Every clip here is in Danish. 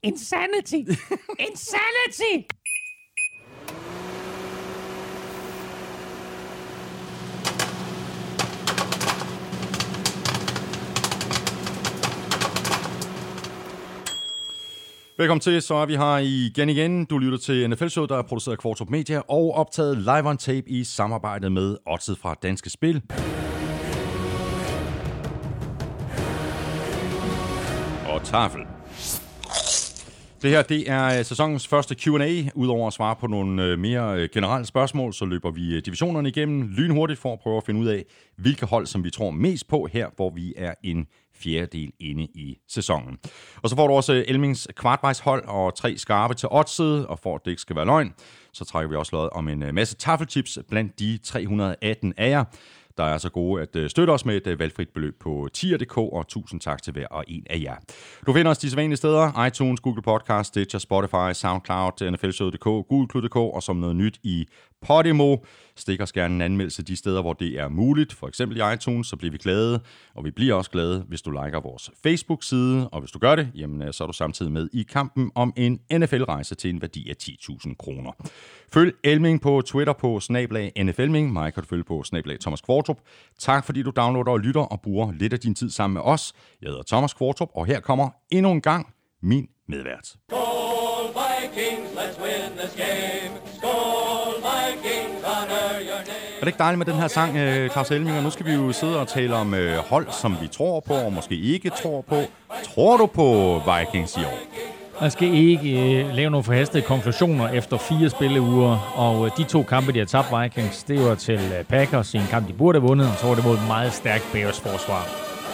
Insanity! Insanity! Velkommen til, så er vi her igen. Du lytter til NFL-showet, der er produceret af Kvartrup Media og optaget live on tape i samarbejde med Oddset fra Danske Spil. Og Tafel. Det her, det er sæsonens første Q&A. Udover at svare på nogle mere generelle spørgsmål, så løber vi divisionerne igennem lynhurtigt for at prøve at finde ud af, hvilke hold, som vi tror mest på her, hvor vi er en fjerdedel inde i sæsonen. Og så får du også Elmings kvartvejshold og 3 skarpe til Oddset, og for at det ikke skal være løgn, så trækker vi også lod om en masse taffelchips blandt de 318 af jer, der er så gode at støtte os med et valgfrit beløb på tier.dk, og tusind tak til hver og en af jer. Du finder os de sædvanlige steder: iTunes, Google Podcast, Stitcher, Spotify, SoundCloud, NFLshowet.dk, Google.dk, og som noget nyt i Podimo. Stik os gerne en anmeldelse de steder, hvor det er muligt. For eksempel i iTunes, så bliver vi glade, og vi bliver også glade, hvis du liker vores Facebook-side. Og hvis du gør det, jamen, så er du samtidig med i kampen om en NFL-rejse til en værdi af 10.000 kroner. Følg Elming på Twitter på @NFLming. Mig kan du følge på @Thomas Kvartrup. Tak fordi du downloader og lytter og bruger lidt af din tid sammen med os. Jeg hedder Thomas Kvartrup, og her kommer endnu en gang min medvært. Skål Vikings, let's win this game. Skål Vikings, honor your name. Er det ikke dejligt med den her sang, Claus Elming? Og nu skal vi jo sidde og tale om hold, som vi tror på, og måske ikke tror på. Tror du på Vikings i år? Man skal ikke lave nogle forhastede konklusioner efter 4 spilleuger, og de 2 kampe, de har tabt Vikings, det var til Packers i en kamp, de burde have vundet, og så var det mod et meget stærkt Bears forsvar.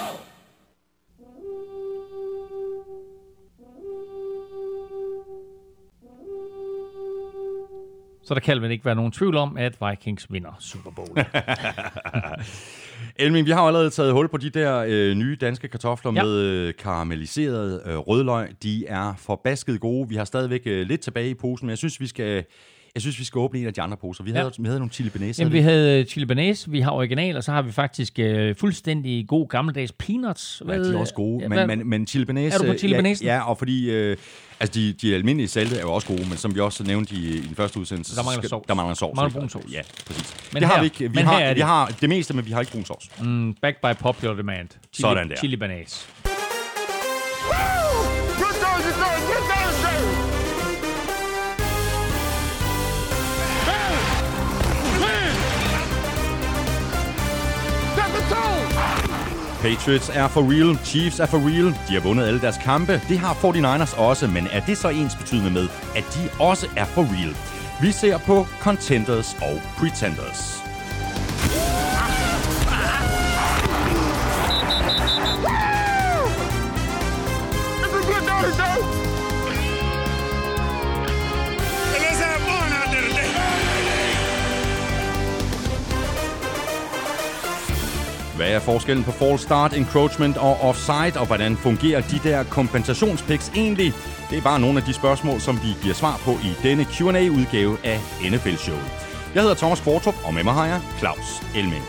Så der kan vel ikke være nogen tvivl om, at Vikings vinder Super Bowl. Elming, vi har allerede taget hul på de der nye danske kartofler med karamelliseret rødløg. De er forbasket gode. Vi har stadigvæk lidt tilbage i posen, men jeg synes, vi skal åbne en af de andre poser. Vi havde nogle chili bearnaise. Jamen, vi havde chili bearnaise, vi har original, og så har vi faktisk fuldstændig god gammeldags peanuts. Ja, de er også gode, men chili bearnaise... Er du på chili bearnaise? Ja, og fordi... de almindelige salte er jo også gode, men som vi også nævnte i den første udsendelse... Der mangler sovs. Der mangler sovs. Mangler brun sovs. Ja, præcis. Men det her, har vi ikke. Vi har det meste, men vi har ikke brun sovs. Back by popular demand. Sådan der. Chili bearnaise. Patriots er for real, Chiefs er for real, de har vundet alle deres kampe, det har 49ers også, men er det så ensbetydende med, at de også er for real? Vi ser på contenders og pretenders. Hvad er forskellen på false start, encroachment og offside, og hvordan fungerer de der kompensationspicks egentlig? Det er bare nogle af de spørgsmål, som vi giver svar på i denne Q&A-udgave af NFL-showet. Jeg hedder Thomas Kvartrup, og med mig har jeg Claus Elming.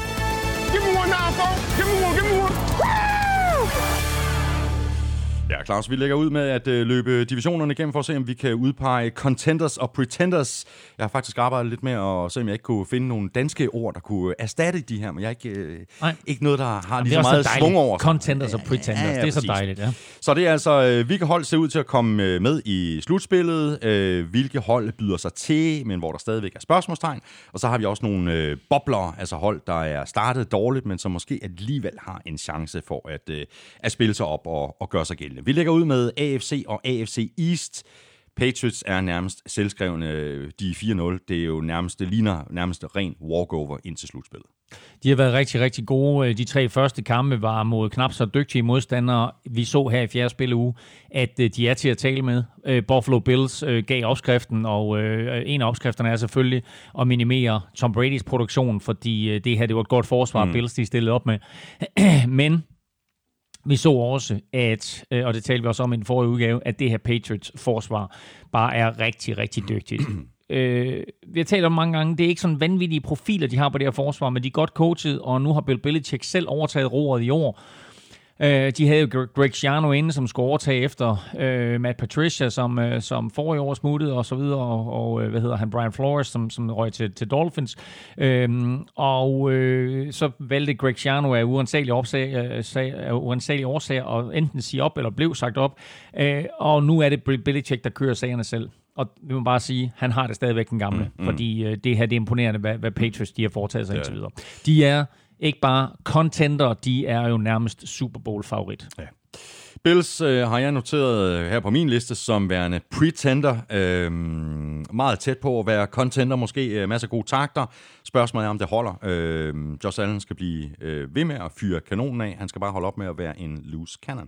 Ja, Claus, vi lægger ud med at løbe divisionerne igennem for at se, om vi kan udpege contenders og pretenders. Jeg har faktisk arbejdet lidt med at se, om jeg ikke kunne finde nogle danske ord, der kunne erstatte de her, men jeg er ikke noget, der har lige så meget svung over. Contenders og pretenders, det er præcis. Så dejligt, ja. Så det er altså, hvilke hold ser ud til at komme med i slutspillet, hvilke hold byder sig til, men hvor der stadigvæk er spørgsmålstegn. Og så har vi også nogle bobler, altså hold, der er startet dårligt, men som måske alligevel har en chance for at spille sig op og gøre sig gældende. Vi lægger ud med AFC og AFC East. Patriots er nærmest selvskrevne, de er 4-0. Det er jo ligner nærmest ren walkover ind til slutspillet. De har været rigtig, rigtig gode. De 3 første kampe var mod knap så dygtige modstandere. Vi så her i 4. spilleuge, at de er til at tale med. Buffalo Bills gav opskriften, og en af opskrifterne er selvfølgelig at minimere Tom Bradys produktion, fordi det her det var et godt forsvar, Bills de stillede op med. Men vi så også, at, og det talte vi også om i den forrige udgave, at det her Patriots-forsvar bare er rigtig, rigtig dygtigt. Vi har talt om mange gange, det er ikke sådan vanvittige profiler, de har på det her forsvar, men de er godt coachet, og nu har Bill Belichick selv overtaget roret i år. De havde jo Greg Schiano inde, som skulle overtage efter Matt Patricia, som forrige år smuttede og så videre, og Brian Flores, som røg til Dolphins. Så valgte Greg Schiano af uansagelige årsager at enten sige op eller blev sagt op. Og nu er det Belichick, der kører sagerne selv. Og vi må bare sige, han har det stadigvæk den gamle, fordi det her det er imponerende, hvad Patriots de har foretaget sig indtil videre. De er ikke bare contender, de er jo nærmest Super Bowl-favorit. Ja. Bills har jeg noteret her på min liste som værende pretender. Meget tæt på at være contender, måske masser af gode takter. Spørgsmålet er, om det holder. Josh Allen skal blive ved med at fyre kanonen af. Han skal bare holde op med at være en loose cannon.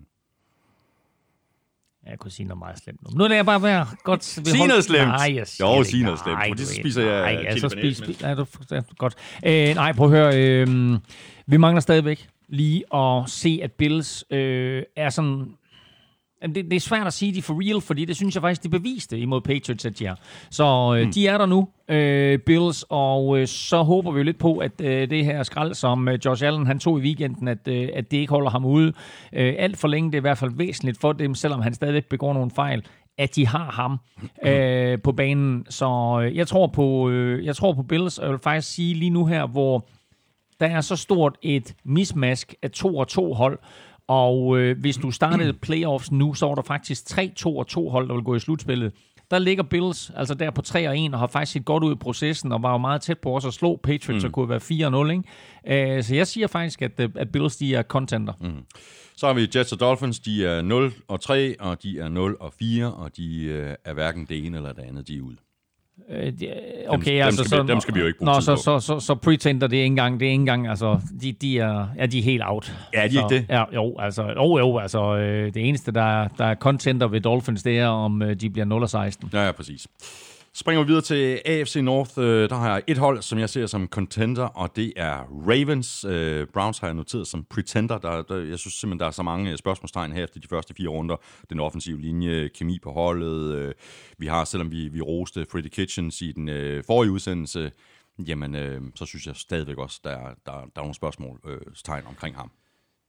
Jeg kunne sige noget meget slemt. Nu lader jeg bare være godt. Sig noget slemt. Nej, jo, sig noget slemt. For det spiser jeg godt. Nej, prøv at høre. Vi mangler stadigvæk lige at se, at Bills er sådan... Det er svært at sige, de er for real, fordi det synes jeg faktisk, de beviste imod Patriots, at de er. Så de er der nu, Bills, og så håber vi jo lidt på, at det her skrald, som Josh Allen han tog i weekenden, at det ikke holder ham ude. Alt for længe, det er i hvert fald væsentligt for dem, selvom han stadigvæk begår nogle fejl, at de har ham på banen. Så jeg tror på Bills, og jeg vil faktisk sige lige nu her, hvor der er så stort et mismask af 2-2 hold, og hvis du startede playoffs nu, så var der faktisk 3 2-2 hold, der vil gå i slutspillet. Der ligger Bills altså der på 3-1 og har faktisk set godt ud i processen og var jo meget tæt på også at slå Patriots og kunne være 4-0. Ikke? Så jeg siger faktisk, at Bills de er contender. Så har vi Jets og Dolphins. De er 0-3, og de er 0-4, og de er hverken det ene eller det andet. De er ude. Okay, dem skal vi jo ikke bruge tid på. Så pretender det er ikke engang, altså de er helt out. Ja, de er ikke det? Ja, jo, det eneste der er contender ved Dolphins, det er om de bliver 0-16. Ja, præcis. Springer vi videre til AFC North. Der har jeg et hold, som jeg ser som contender, og det er Ravens. Browns har jeg noteret som pretender. Jeg synes simpelthen, der er så mange spørgsmålstegn her efter de første 4 runder. Den offensive linje, kemi på holdet. Vi har, selvom vi roste Freddie Kitchens i den forrige udsendelse, jamen, så synes jeg stadigvæk også, der er nogle spørgsmålstegn omkring ham.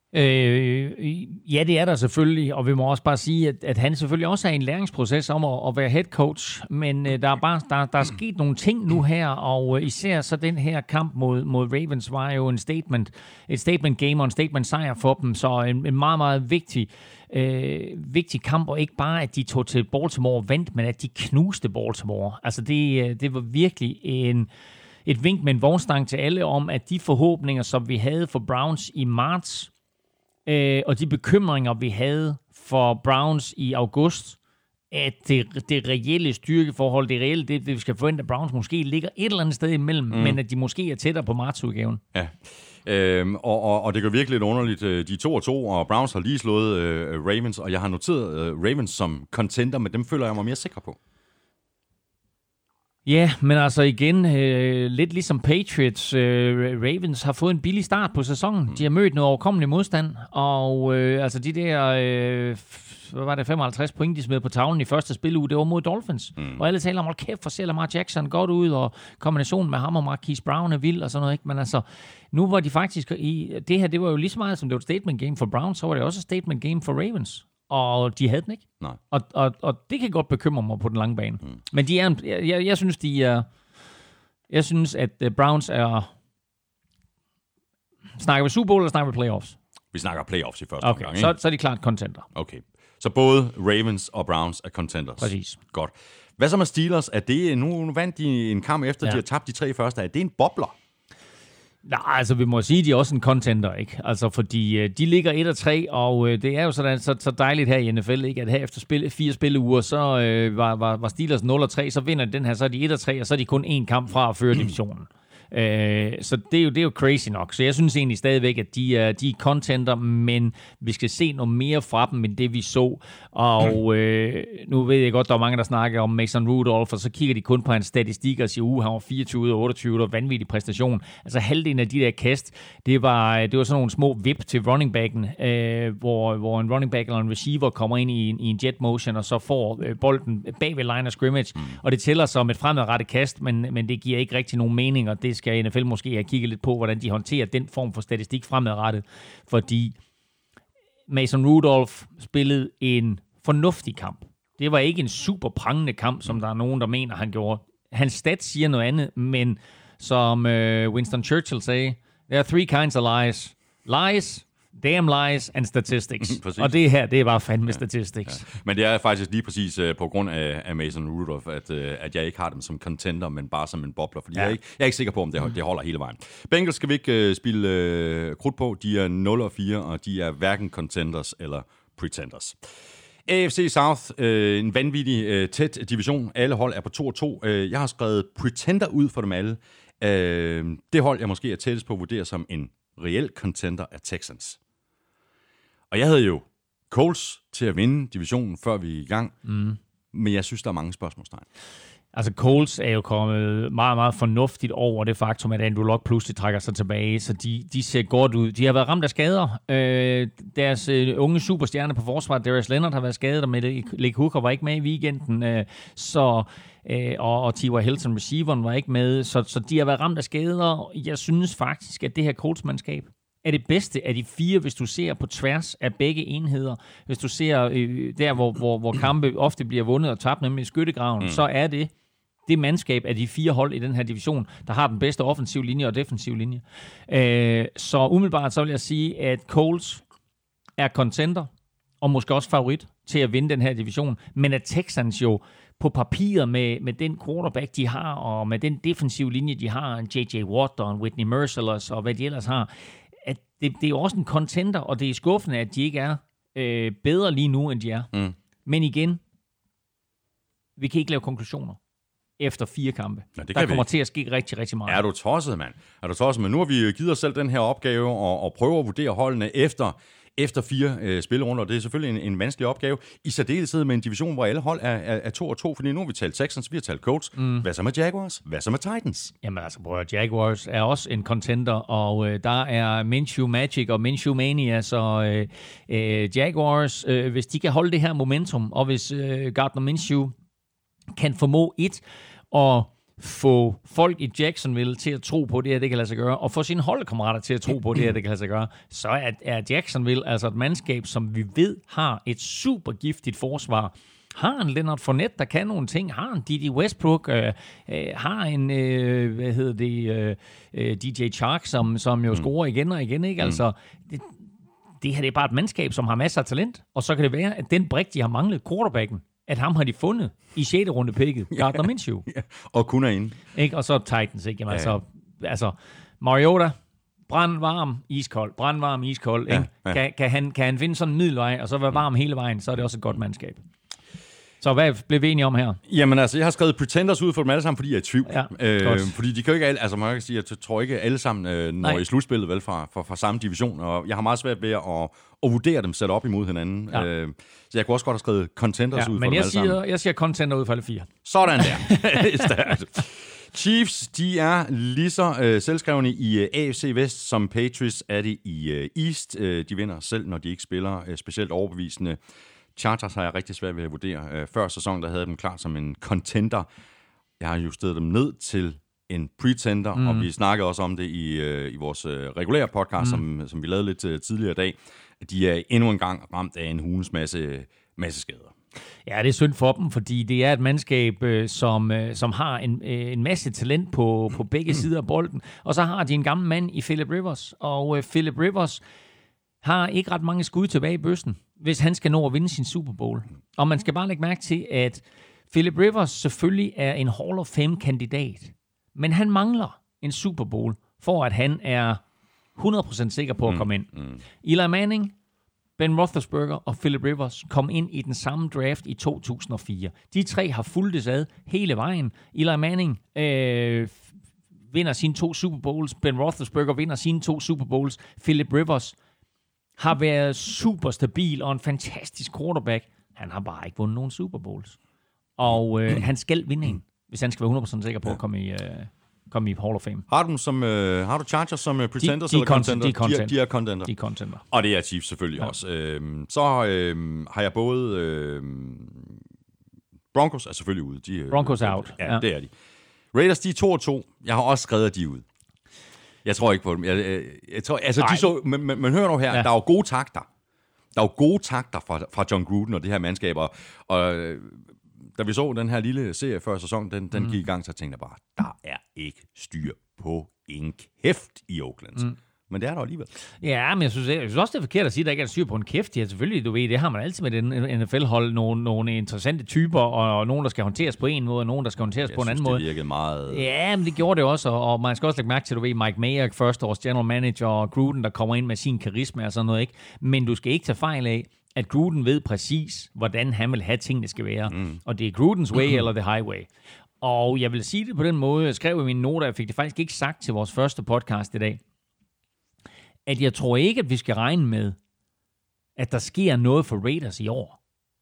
Ja, det er der selvfølgelig, og vi må også bare sige, at han selvfølgelig også er i en læringsproces om at være head coach, men der er sket nogle ting nu her, og især så den her kamp mod Ravens var jo et statement game og en statement sejr for dem, så en meget, meget vigtig kamp, og ikke bare, at de tog til Baltimore og vandt, men at de knuste Baltimore. Altså det var virkelig et vink med en vognstang til alle om, at de forhåbninger, som vi havde for Browns i marts, og de bekymringer, vi havde for Browns i august, at det reelle styrkeforhold, det reelle, det vi skal forvente, at Browns måske ligger et eller andet sted imellem, men at de måske er tættere på martsudgaven. Ja, og det gør virkelig lidt underligt. De er 2-2, og Browns har lige slået Ravens, og jeg har noteret Ravens som contender, men dem føler jeg mig mere sikker på. Ja, men altså igen, lidt ligesom Patriots, Ravens har fået en billig start på sæsonen. De har mødt noget overkommelig modstand, og altså de der, 55 point, de smed på tavlen i første spilleuge, det var mod Dolphins. Og alle taler om, kæft, for ser Lamar Jackson godt ud, og kombinationen med ham og Marquise Brown er vild og sådan noget, ikke? Men altså, nu var de faktisk i, det her, det var jo lige så meget, som det var et statement game for Browns, så var det også et statement game for Ravens. Og de havde den ikke. Nej. Og det kan godt bekymre mig på den lange bane. Men de er jeg synes, jeg synes, at Browns er... Snakker vi Super Bowl, eller snakker vi playoffs? Vi snakker playoffs i første omgang, ikke? Så er de klart contender. Okay. Så både Ravens og Browns er contenders. Præcis. Godt. Hvad så med Steelers? Er det, nu vandt de en kamp efter, de har tabt de 3 første. Er det en bobler? Nej, altså vi må sige, at de er også en contender, ikke? Altså fordi de ligger 1-3, og det er jo sådan så dejligt her i NFL, ikke? At her efter 4 spilleuger, så var Steelers 0-3, så vinder den her, så er de 1-3, og så er de kun 1 kamp fra at føre divisionen. Så det er jo crazy nok. Så jeg synes egentlig stadigvæk, at de er contender, men vi skal se noget mere fra dem, end det vi så. Og nu ved jeg godt, der er mange, der snakker om Mason Rudolph, og så kigger de kun på hans statistik og siger, han var 24 og 28, og vanvittig præstation. Altså halvdelen af de der kast, det var sådan nogle små vip til running backen, hvor en running back eller en receiver kommer ind i en jet motion, og så får bolden bag ved line of scrimmage, og det tæller som et fremadrettet kast, men det giver ikke rigtig nogen mening, og det skal NFL måske have kigget lidt på, hvordan de håndterer den form for statistik fremadrettet, fordi Mason Rudolph spillede en fornuftig kamp. Det var ikke en super prangende kamp, som der er nogen, der mener, han gjorde. Hans stats siger noget andet, men som Winston Churchill sagde, there are three kinds of lies. Lies, damn lies and statistics. Og det her, det er bare fandme statistics. Ja. Men det er faktisk lige præcis på grund af Mason Rudolph, at jeg ikke har dem som contender, men bare som en bobler, fordi jeg er ikke sikker på, om det holder hele vejen. Bengals skal vi ikke spille krudt på. De er 0-4, og de er hverken contenders eller pretenders. AFC South, en vanvittig tæt division. Alle hold er på 2-2. Jeg har skrevet pretender ud for dem alle. Det hold, jeg måske er tættest på at vurdere som en reel contender, er Texans. Og jeg havde jo Colts til at vinde divisionen, før vi er i gang. Men jeg synes, der er mange spørgsmålstegn. Altså, Colts er jo kommet meget, meget fornuftigt over det faktum, at Andrew Luck pludselig trækker sig tilbage, så de ser godt ud. De har været ramt af skader. Deres unge superstjerne på forsvaret, Darius Leonard, har været skadet, og Malik Hooker var ikke med i weekenden, og T.Y. Hilton, receiveren, var ikke med, så de har været ramt af skader. Jeg synes faktisk, at det her Colts-mandskab er det bedste af de 4, hvis du ser på tværs af begge enheder. Hvis du ser der, hvor kampe ofte bliver vundet og tabt, nemlig i skyttegraven, så er det mandskab af de 4 hold i den her division, der har den bedste offensiv linje og defensiv linje. Så umiddelbart så vil jeg sige, at Colts er contender, og måske også favorit til at vinde den her division, men at Texans jo på papiret med den quarterback, de har, og med den defensive linje, de har, en J.J. Watt og en Whitney Mercilus, og hvad de ellers har, at det er jo også en contender, og det er skuffende, at de ikke er bedre lige nu, end de er. Men igen, vi kan ikke lave konklusioner efter 4 kampe. Ja, der kommer til at ske rigtig, rigtig meget. Er du tosset, mand? Men nu har vi givet os selv den her opgave og prøve at vurdere holdene efter 4 spillerunder, og det er selvfølgelig en vanskelig opgave, i særdeleshed med en division, hvor alle hold er 2-2, fordi nu har vi talt Texans, vi har talt Colts. Hvad så med Jaguars? Hvad så med Titans? Jamen altså, Jaguars er også en contender, og der er Minshew Magic og Minshew Mania, så Jaguars, hvis de kan holde det her momentum, og hvis Gardner Minshew kan formå og få folk i Jacksonville til at tro på det her, det kan lade sig gøre, og få sine holdkammerater til at tro på det her, det kan lade sig gøre, så er Jacksonville altså et mandskab, som vi ved har et super giftigt forsvar. Har en Leonard Fournette, der kan nogle ting, har en Dede Westbrook, har en, DJ Chark, som jo scorer igen og igen, ikke? Altså, det her det er bare et mandskab, som har masser af talent, og så kan det være, at den brik, de har manglet, quarterbacken, at ham har de fundet i 6. runde picket, Gardner Minshew. Ja, og kun er inde. Ikke? Og så Titans, ikke? Jamen, altså, Mariota, brandvarm, iskold. Ikke? Ja. Kan han finde sådan en middelvej, og så være varm hele vejen, så er det også et godt mandskab. Så hvad blev vi enige om her? Jamen altså, jeg har skrevet pretenders ud for dem alle sammen, fordi jeg er i tvivl. Ja, fordi de kan jo ikke alle, altså man kan sige, jeg tror ikke alle sammen når i slutspillet vel fra samme division, og jeg har meget svært ved at vurdere dem sat op imod hinanden. Ja. Så jeg kunne også godt have skrevet contenders ud for dem alle sammen. Men jeg siger contender ud for alle 4. Sådan der. Chiefs, de er lige så selvskrevne i AFC Vest, som Patriots er det i East. De vinder selv, når de ikke spiller specielt overbevisende. Chargers har jeg rigtig svært ved at vurdere. Før sæsonen, der havde dem klart som en contender. Jeg har justeret dem ned til en pretender, og vi snakkede også om det i vores regulære podcast, som vi lavede lidt tidligere i dag. De er endnu en gang ramt af en hulens masse skader. Ja, det er synd for dem, fordi det er et mandskab, som har en masse talent på begge sider af bolden. Og så har de en gammel mand i Philip Rivers, og Philip Rivers har ikke ret mange skud tilbage i bøssen, hvis han skal nå at vinde sin Super Bowl. Og man skal bare lægge mærke til, at Philip Rivers selvfølgelig er en Hall of Fame-kandidat, men han mangler en Super Bowl, for at han er 100% sikker på at komme ind. Eli Manning, Ben Roethlisberger og Philip Rivers kom ind i den samme draft i 2004. De 3 har fulgtes ad hele vejen. Eli Manning vinder sine 2 Super Bowls. Ben Roethlisberger vinder sine 2 Super Bowls. Philip Rivers har været super stabil og en fantastisk quarterback. Han har bare ikke vundet nogen Super Bowls. Og han skal vinde en, hvis han skal være 100% sikker på at komme i Hall of Fame. Har du Chargers som pretenders eller contender? De er contender. De er contender. Og det er Chiefs selvfølgelig også. Så har jeg både Broncos er selvfølgelig ude. Broncos er out. Ja, det er de. Raiders, de er 2-2. Jeg har også skrevet de ud. Jeg tror ikke på dem. Jeg tror, altså, man hører nu her, der er jo gode takter. der er jo gode takter fra John Gruden og det her mandskab, og da vi så den her lille serie før sæsonen, den gik i gang, så tænkte jeg bare, der er ikke styr på en kæft i Oakland. Men det er der alligevel. Ja, men jeg synes også, det er forkert at sige, at der ikke er styr på en kæft. Ja, selvfølgelig, du ved, det har man altid med den NFL-hold. Nogle interessante typer, og nogen, der skal håndteres på en måde, og nogen, der skal håndteres på en anden måde. Jeg synes, det virkede meget... Ja, men det gjorde det også, og man skal også lægge mærke til, du ved, Mike Mayock, førsteårs general manager, og Gruden, der kommer ind med sin karisma og sådan noget, ikke? Men du skal ikke tage fejl af, at Gruden ved præcis, hvordan han vil have tingene skal være. Og det er Grudens way eller the highway. Og jeg vil sige det på den måde, jeg skrev i mine noter, jeg fik det faktisk ikke sagt til vores første podcast i dag, at jeg tror ikke, at vi skal regne med, at der sker noget for Raiders i år.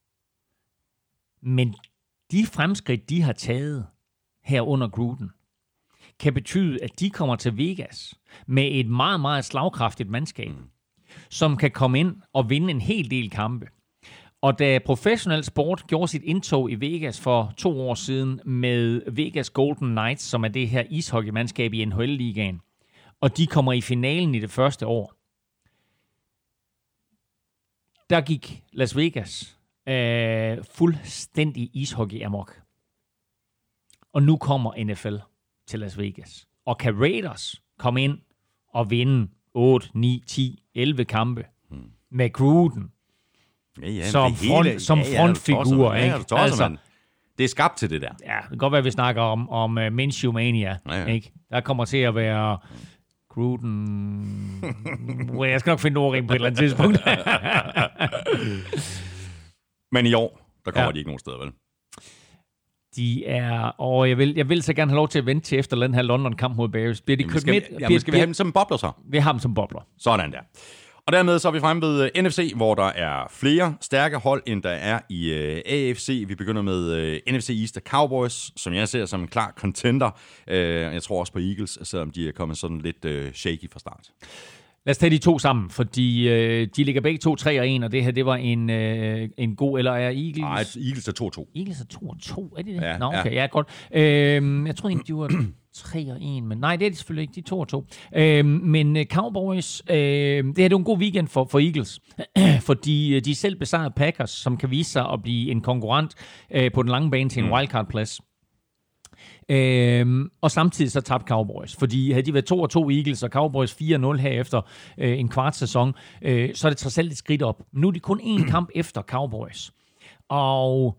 Men de fremskridt, de har taget her under Gruden, kan betyde, at de kommer til Vegas med et meget, meget slagkraftigt mandskab, som kan komme ind og vinde en hel del kampe. Og da Professional Sport gjorde sit indtog i Vegas for 2 år siden med Vegas Golden Knights, som er det her ishockeymandskab i NHL-ligaen, og de kommer i finalen i det første år, der gik Las Vegas fuldstændig ishockey-amok. Og nu kommer NFL til Las Vegas. Og kan Raiders komme ind og vinde 8, 9, 10, 11 kampe med Gruden som frontfigur. Altså, det er skabt til det der. Ja, det kan godt være, at vi snakker om Minshew Mania. Ja. Ikke? Der kommer til at være... Gruden... Jeg skal nok finde ord på et eller andet tidspunkt. Men i år, der kommer de ikke nogen steder, vel? De er... Og jeg vil så gerne have lov til at vente til efter den her London-kamp mod Bears. Bliver de købt midt? Skal vi have dem som bobler så? Vi har dem som bobler. Sådan der. Og dermed så er vi fremme ved NFC, hvor der er flere stærke hold, end der er i AFC. Vi begynder med NFC East og Cowboys, som jeg ser som en klar contender. Jeg tror også på Eagles, selvom de er kommet sådan lidt shaky fra start. Lad os tage de to sammen, fordi de ligger begge 2-3-1, og det her, det var en god, eller er Eagles? Nej, Eagles er 2-2. Eagles er 2-2, er det det? Ja, Nå, okay, ja, godt. Jeg tror ikke, de var 3-1, men nej, det er de selvfølgelig ikke, de 2-2. Men Cowboys, det her det er en god weekend for Eagles, fordi de selv besejrede Packers, som kan vise sig at blive en konkurrent på den lange bane til en wildcard-plads. Og samtidig så tabte Cowboys, fordi havde de været 2-2 Eagles og Cowboys 4-0 her efter en kvart sæson, så er det trods alt et skridt op. Nu er de kun én kamp efter Cowboys. Og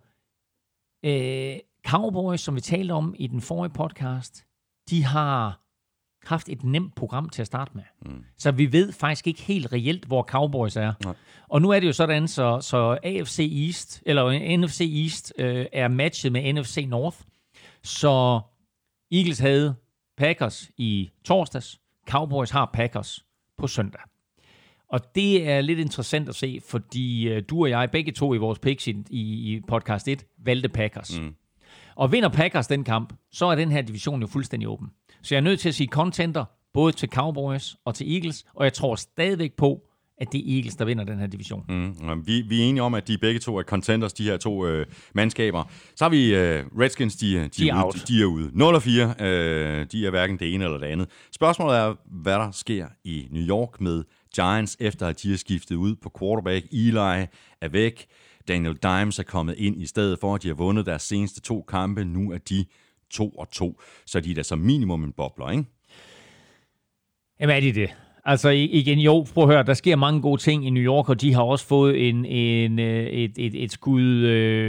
Cowboys, som vi talte om i den forrige podcast, de har haft et nemt program til at starte med. Så vi ved faktisk ikke helt reelt, hvor Cowboys er. Nej. Og nu er det jo sådan, så AFC East, eller NFC East, er matchet med NFC North. Så Eagles havde Packers i torsdags, Cowboys har Packers på søndag. Og det er lidt interessant at se, fordi du og jeg, begge to i vores picks i podcast 1, valgte Packers. Og vinder Packers den kamp, så er den her division jo fuldstændig åben. Så jeg er nødt til at sige contender, både til Cowboys og til Eagles, og jeg tror stadigvæk på, at det er Eagles, der vinder den her division. Vi er enige om, at de begge to er contenders, de her to mandskaber. Så har vi Redskins, de er ude. 0-4, de er hverken det ene eller det andet. Spørgsmålet er, hvad der sker i New York med Giants, efter at de har skiftet ud på quarterback. Eli er væk. Daniel Dimes er kommet ind i stedet for, at de har vundet deres seneste 2 kampe. Nu er de 2-2, så de er da som minimum en bobler, ikke? Jamen er de det? Altså igen, jo, prøv at høre, der sker mange gode ting i New York, og de har også fået et skud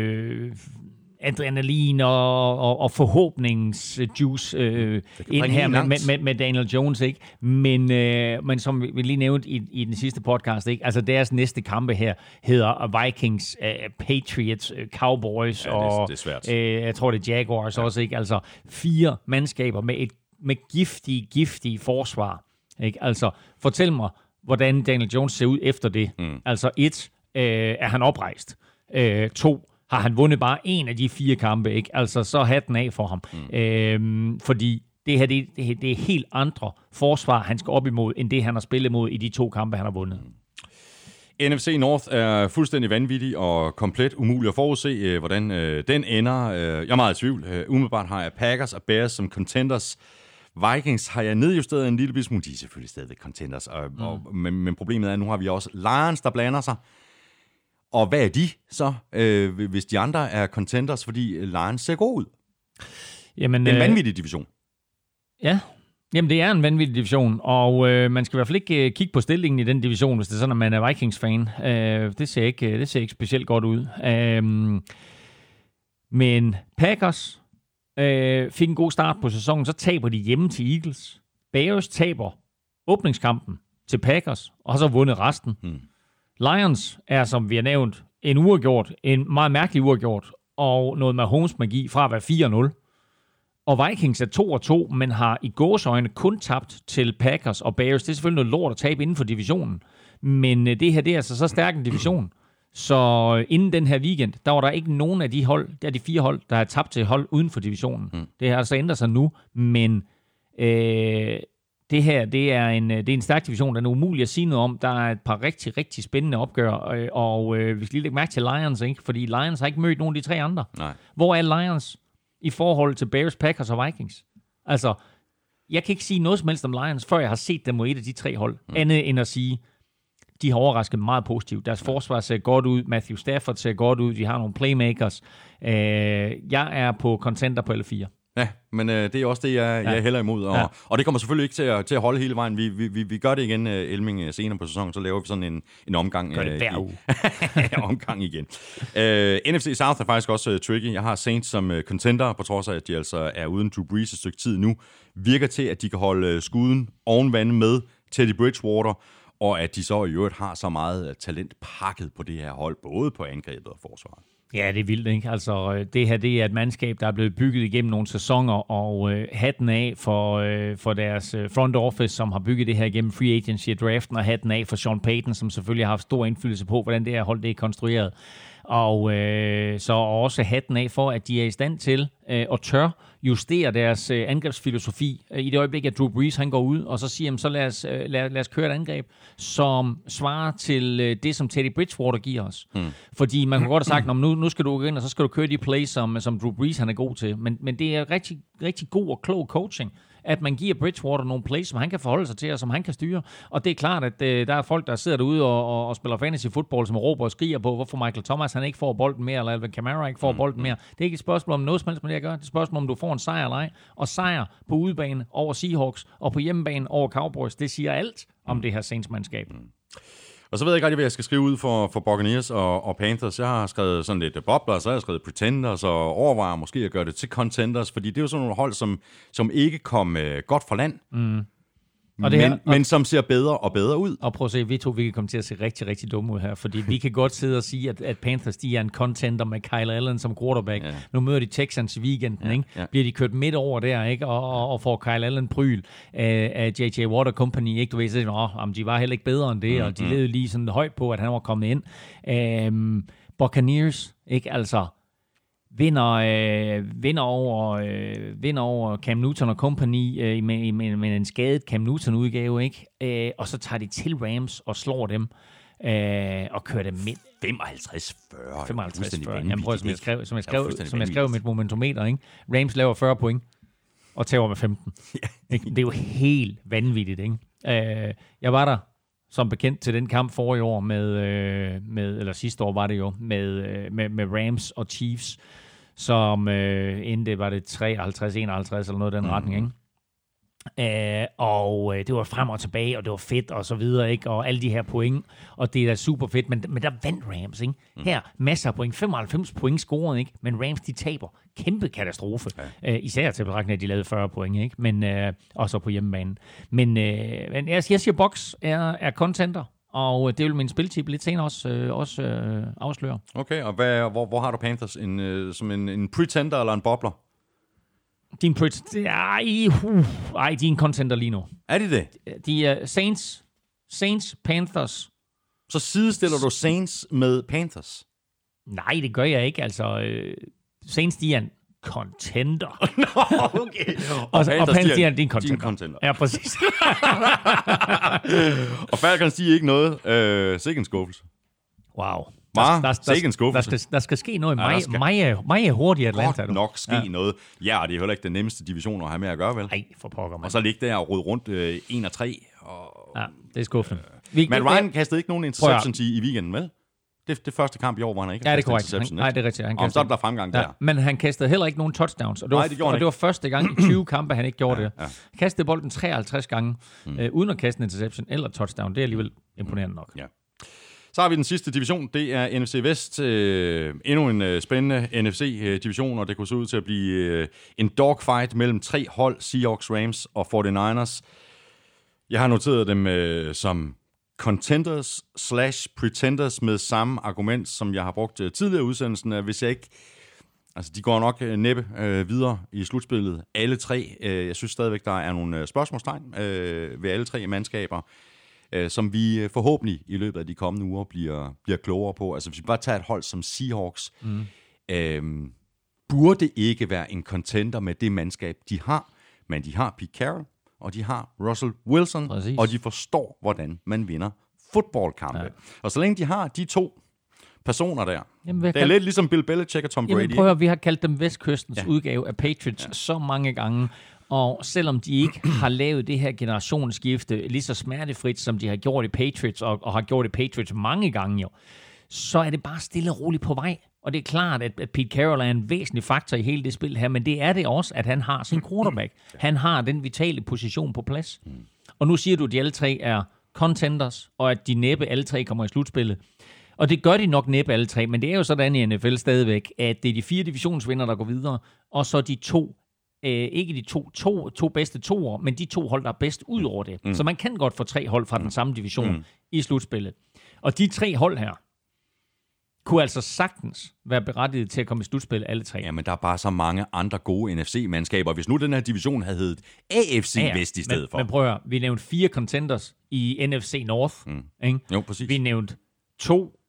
adrenalin og forhåbningsjuice ind her med Daniel Jones, ikke? Men som vi lige nævnte i den sidste podcast, ikke? Altså deres næste kampe her hedder Vikings, Patriots, Cowboys og det er svært. Jeg tror det er Jaguars også, ikke? Altså 4 mandskaber med giftige forsvar. Ikke? Altså, fortæl mig, hvordan Daniel Jones ser ud efter det. Altså, 1, er han oprejst? 2, har han vundet bare en af de 4 kampe? Ikke? Altså, så hatten af for ham. Fordi det her, det er helt andre forsvar, han skal op imod, end det, han har spillet mod i de 2 kampe, han har vundet. NFC North er fuldstændig vanvittig og komplet umulig at forudse, hvordan den ender. Jeg er meget i tvivl. Umiddelbart har jeg Packers og Bears som contenders. Vikings har jeg nedjusteret en lille smule. De er selvfølgelig stadigvæk contenders. Men problemet er, at nu har vi også Lions, der blander sig. Og hvad er de så, hvis de andre er contenders, fordi Lions ser god ud? Jamen, det er en vanvittig division. Ja, jamen det er en vanvittig division, og man skal i hvert fald ikke kigge på stillingen i den division, hvis det er sådan, at man er Vikings-fan. Det ser ikke specielt godt ud. Men Packers fik en god start på sæsonen, så taber de hjemme til Eagles. Bears taber åbningskampen til Packers, og har så vundet resten. Lions er, som vi har nævnt, en uafgjort, en meget mærkelig uafgjort, og noget med Mahomes magi fra at være 4-0. Og Vikings er 2-2, men har i gåseøjne kun tabt til Packers og Bears. Det er selvfølgelig noget lort at tabe inden for divisionen, men det her det er altså så stærk en division. Så inden den her weekend, der var der ikke nogen af de hold, der er de 4 hold, der har tabt til hold uden for divisionen. Det har altså ændret sig nu, men det her, det er en stærk division, der er umuligt at sige noget om. Der er et par rigtig, rigtig spændende opgør, og vi skal lige lægge mærke til Lions, ikke? Fordi Lions har ikke mødt nogen af de 3 andre. Nej. Hvor er Lions i forhold til Bears, Packers og Vikings? Altså, jeg kan ikke sige noget som helst om Lions, før jeg har set dem mod et af de 3 hold. Andet end at sige, de har overrasket meget positivt. Deres forsvar ser godt ud. Matthew Stafford ser godt ud. De har nogle playmakers. Jeg er på contender på L4. Ja, men det er også det, jeg hælder imod. Og det kommer selvfølgelig ikke til at holde hele vejen. Vi gør det igen, Elming, senere på sæsonen, så laver vi sådan en omgang. Gør det hver uge. omgang igen. NFC South er faktisk også tricky. Jeg har Saints som contender, på trods af, at de altså er uden Drew Brees et stykke tid nu. Virker til, at de kan holde skuden oven vande med Teddy Bridgewater, og at de så i øvrigt har så meget talent pakket på det her hold, både på angrebet og forsvaret. Ja, det er vildt, ikke? Altså, det her, det er et mandskab, der er blevet bygget igennem nogle sæsoner, og hatten af for deres front office, som har bygget det her igennem free agency og draften, og hatten af for Sean Payton, som selvfølgelig har haft stor indflydelse på, hvordan det her hold det er konstrueret. Og så også hatten af for, at de er i stand til at tør justere deres angrebsfilosofi i det øjeblik, at Drew Brees han går ud, og så siger, jamen, så lad os køre et angreb, som svarer til det, som Teddy Bridgewater giver os. Fordi man kan godt have sagt, nu skal du ind, og så skal du køre de plays, som Drew Brees han er god til. Men det er rigtig, rigtig god og klog coaching, at man giver Bridgewater nogle plays, som han kan forholde sig til, og som han kan styre. Og det er klart, at der er folk, der sidder derude og spiller fantasy football, som råber og skriger på, hvorfor Michael Thomas han ikke får bolden mere, eller Alvin Kamara ikke får bolden mere. Det er ikke et spørgsmål om noget som helst med det at gøre. Det er et spørgsmål om, du får en sejr eller ej. Og sejr på udebane over Seahawks, og på hjemmebane over Cowboys, det siger alt om det her Saints-mandskab. Og så ved jeg ikke rigtig, hvad jeg skal skrive ud for Buccaneers og Panthers. Jeg har skrevet sådan lidt bobler, så har jeg skrevet pretenders, og overvejer måske at gøre det til contenders, fordi det er jo sådan nogle hold, som ikke kom godt fra land, og det her, men som ser bedre og bedre ud. Og prøv at se, vi kan komme til at se rigtig, rigtig dumme ud her, fordi vi kan godt sidde og sige, at Panthers, de er en contender med Kyle Allen som quarterback. Ja. Nu møder de Texans i weekenden, ikke? Ja. Bliver de kørt midt over der, ikke? Og får Kyle Allen pryl af J.J. Watt Company, ikke? Du ved, så de var heller ikke bedre end det, og de levede lige sådan højt på, at han var kommet ind. Buccaneers, ikke? Altså, vinder over Cam Newton og company med en skadet Cam Newton-udgave, ikke? Og så tager de til Rams og slår dem og kører dem midt. 55-40. Jamen prøv, som jeg skrev med et momentometer, ikke? Rams laver 40 point og tager med 15. Ikke? Det er jo helt vanvittigt, ikke? Jeg var der som bekendt til den kamp forrige år eller sidste år var det jo, med Rams og Chiefs, som endte, var det 53-51 eller noget i den retning, ikke? Og det var frem og tilbage, og det var fedt og så videre, ikke? Og alle de her point, og det er da super fedt, men der vandt Rams, ikke? Her masser af point, 95 point scoret, ikke? Men Rams, de taber. Kæmpe katastrofe. Ja. Især til betragtning, at de lavede 40 point, ikke? Men også på hjemmebanen. Men jeg siger, Bucs er contender, og det vil min spiltip lidt senere også afsløre. Okay, og hvor har du Panthers? Som en pretender eller en bobler? De er en contender lige nu. Er de det? De er Saints, Panthers. Så sidestiller du Saints med Panthers? Nej, det gør jeg ikke. Altså, Saints, de er en contender. Nå, okay. og Panthers, de er en contender. Ja, præcis. Og Falcons, de er ikke noget. Sikke en skuffelse. Wow. Der skal ske noget i meget hurtigt i Atlanta. Godt nok ske noget. Ja, og det er heller ikke den nemmeste division at have med at gøre, vel? Nej, for pokker, man. Og så ligge der og rode rundt 1-3. Ja, det er skuffende. Men Ryan kastede ikke nogen interceptions i weekenden, vel? Det første kamp i år, hvor han ikke har kastet interception. Nej, det er rigtigt. Han så er der fremgang der. Men han kastede heller ikke nogen touchdowns. Og det var første gang i 20 kampe, han ikke gjorde det. Han kastede bolden 53 gange, uden at kaste en interception eller touchdown. Det er alligevel imponerende nok. Ja. Så har vi den sidste division, det er NFC Vest. Endnu en spændende NFC-division, og det kunne se ud til at blive en dogfight mellem 3 hold, Seahawks, Rams og 49ers. Jeg har noteret dem som contenders/pretenders med samme argument, som jeg har brugt tidligere i udsendelsen. Hvis jeg ikke... Altså, de går nok næppe videre i slutspillet. Alle 3. Jeg synes stadigvæk, der er nogle spørgsmålstegn ved alle 3 mandskaber, som vi forhåbentlig i løbet af de kommende uger bliver klogere på. Altså, hvis vi bare tager et hold som Seahawks, burde ikke være en contender med det mandskab, de har. Men de har Pete Carroll, og de har Russell Wilson, præcis. Og de forstår, hvordan man vinder fodboldkampe. Ja. Og så længe de har de 2 personer der, det er lidt ligesom Bill Belichick og Tom Brady. Prøv at høre, vi har kaldt dem Vestkystens udgave af Patriots så mange gange, og selvom de ikke har lavet det her generationsskifte lige så smertefrit, som de har gjort i Patriots, og har gjort i Patriots mange gange jo, så er det bare stille og roligt på vej. Og det er klart, at Pete Carroll er en væsentlig faktor i hele det spil her, men det er det også, at han har sin quarterback. Han har den vitale position på plads. Og nu siger du, at de alle 3 er contenders, og at de næppe alle 3 kommer i slutspillet. Og det gør de nok næppe alle 3, men det er jo sådan i NFL stadigvæk, at det er de 4 divisionsvinder, der går videre, og så de 2, ikke de to bedste 2'ere, men de 2 hold, der er bedst ud over det. Så man kan godt få 3 hold fra den samme division i slutspillet. Og de 3 hold her, kunne altså sagtens være berettiget til at komme i slutspil alle 3. Ja, men der er bare så mange andre gode NFC-mandskaber. Hvis nu den her division havde heddet AFC Vest i stedet for. Men prøv at høre, vi nævnte 4 contenders i NFC North. Ikke? Jo, præcis. Vi nævnte 2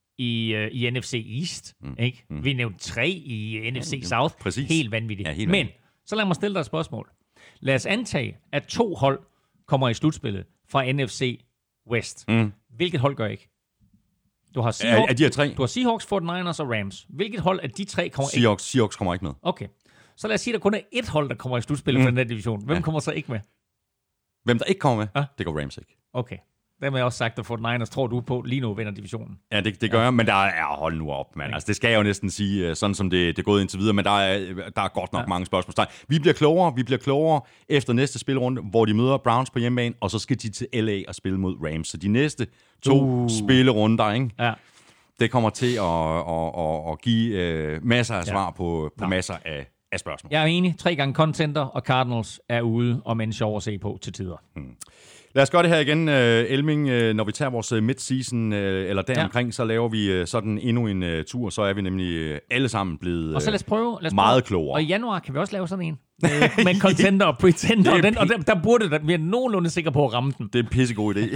i NFC East. Ikke? Vi nævnte 3 i NFC South. Præcis. Helt vanvittigt. Ja, helt men så lad mig stille dig et spørgsmål. Lad os antage, at 2 hold kommer i slutspillet fra NFC West. Hvilket hold gør ikke? Du har Seahawks, de her 3? Du har Seahawks, 49ers og Rams. Hvilket hold af de 3 kommer ikke? Seahawks kommer ikke med. Okay. Så lad os sige, at der kun er 1 hold, der kommer i slutspillet for den her division. Hvem kommer så ikke med? Hvem der ikke kommer med? Ja. Det går Rams ikke. Okay. Dem har jeg også sagt, at 49ers tror du på lige nu vinder divisionen. Ja, det gør jeg, men der er hold nu op, mand. Altså, det skal jeg jo næsten sige, sådan som det er gået indtil videre, men der er godt nok mange spørgsmål. Vi bliver klogere efter næste spilrunde, hvor de møder Browns på hjemmebane, og så skal de til LA og spille mod Rams. Så de næste 2 spillerunder, ikke? Ja. Det kommer til at give masser af svar på masser af spørgsmål. Jeg er enig. 3 gange contender, og Cardinals er ude, og men sjov at se på til tider. Lad os gøre det her igen, Elming. Når vi tager vores midseason eller deromkring, så laver vi sådan endnu en tur. Så er vi nemlig alle sammen blevet og så lad os prøve. Meget klogere. Og i januar kan vi også lave sådan en med contender og pretender. Og der burde vi er nogenlunde sikre på at ramme den. Det er en pissegod idé.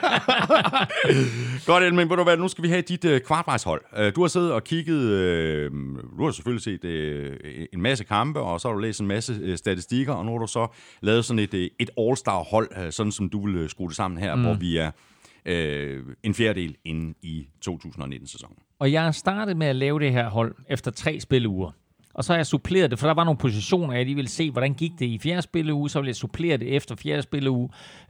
Godt, Elming. Ved du hvad, nu skal vi have dit kvartvejshold. Du har siddet og kigget, du har selvfølgelig set en masse kampe, og så har du læst en masse statistikker, og nu har du så lavet sådan et all-star-hold, sådan som du vil skrue det sammen her, hvor vi er en fjerdedel inde i 2019-sæsonen. Og jeg startede med at lave det her hold efter 3 spilleuger. Og så har jeg suppleret det, for der var nogle positioner, jeg lige ville se, hvordan gik det i 4. spilleuge, så ville jeg supplere det efter 4. spilleuge.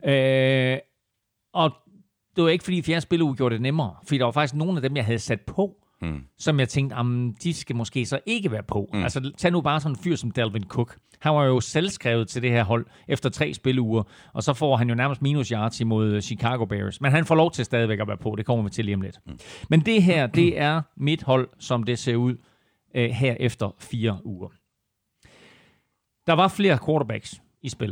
Og det var ikke, fordi 4. spilleuge gjorde det nemmere, fordi der var faktisk nogle af dem, jeg havde sat på, som jeg tænkte, de skal måske så ikke være på. Altså, tag nu bare sådan en fyr som Dalvin Cook. Han var jo selvskrevet til det her hold efter 3 spilleuger, og så får han jo nærmest minus yards imod Chicago Bears. Men han får lov til stadigvæk at være på, det kommer vi til lige om lidt. Men det her, det er mit hold, som det ser ud her efter 4 uger. Der var flere quarterbacks i spil.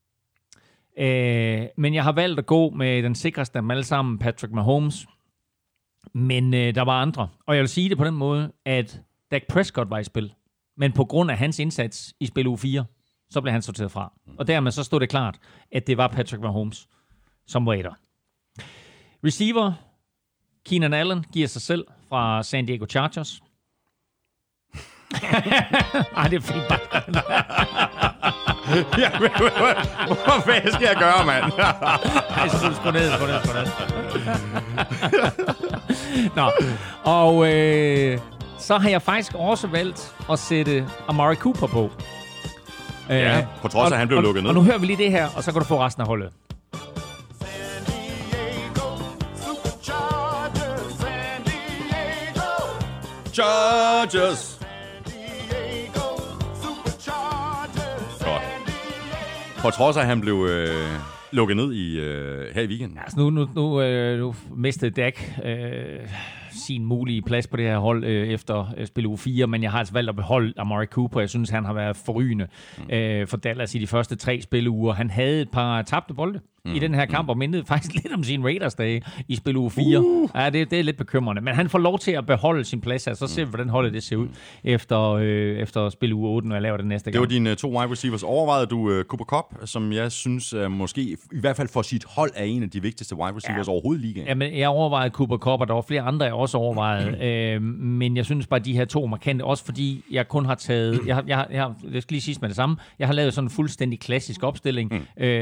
Men jeg har valgt at gå med den sikreste af dem alle sammen, Patrick Mahomes. Men der var andre. Og jeg vil sige det på den måde, at Dak Prescott var i spil. Men på grund af hans indsats i spil uge 4, så blev han sorteret fra. Og dermed så stod det klart, at det var Patrick Mahomes, som var etter. Receiver, Keenan Allen giver sig selv fra San Diego Chargers. Ej, det er fint bare. Hvad skal jeg gøre, mand? Ej, så skru ned. Nå, og så har jeg faktisk også valgt at sætte Amari Cooper på. Ja, på trods af, at han blev lukket ned. Og nu hører vi lige det her, og så kan du få resten af holdet. Superchargers. Godt. På trods af, at han blev lukket ned her i weekenden. Altså nu mistede Dak sin mulige plads på det her hold efter spil uge 4, men jeg har altså valgt at beholde Amari Cooper. Jeg synes, han har været forrygende for Dallas i de første 3 spilleuger. Han havde et par tabte bolde i den her kamp, og mindede faktisk lidt om sin Raiders-dage i spil uge 4. Ja, det er lidt bekymrende, men han får lov til at beholde sin plads her, så ser vi, hvordan holdet det ser ud efter spil uge 8, når jeg laver det næste gang. Det var dine 2 wide receivers. Overvejede du Cooper Kupp, som jeg synes måske, i hvert fald for sit hold, er en af de vigtigste wide receivers overhovedet i ligaen? Jamen, jeg overvejede Cooper Kupp, og der var flere andre, jeg også overvejede. Men jeg synes bare, de her 2 markante, også fordi jeg kun har taget... Jeg skal lige sige med det samme. Jeg har lavet sådan en fuldstændig klassisk opstilling.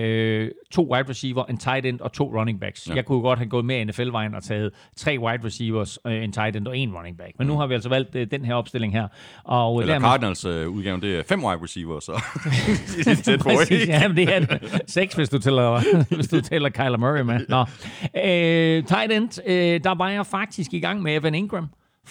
2 wide receiver, en tight end og 2 running backs. Ja. Jeg kunne godt have gået med NFL-vejen og taget 3 wide receivers, en tight end og 1 running back. Men nu har vi altså valgt den her opstilling her. Og eller Cardinals udgaven, det er 5 wide receivers, så det er tæt på, ikke? Ja, men det er 6, hvis du tæller Kyler Murray med. Nå. Tight end, der var jeg faktisk i gang med Evan Ingram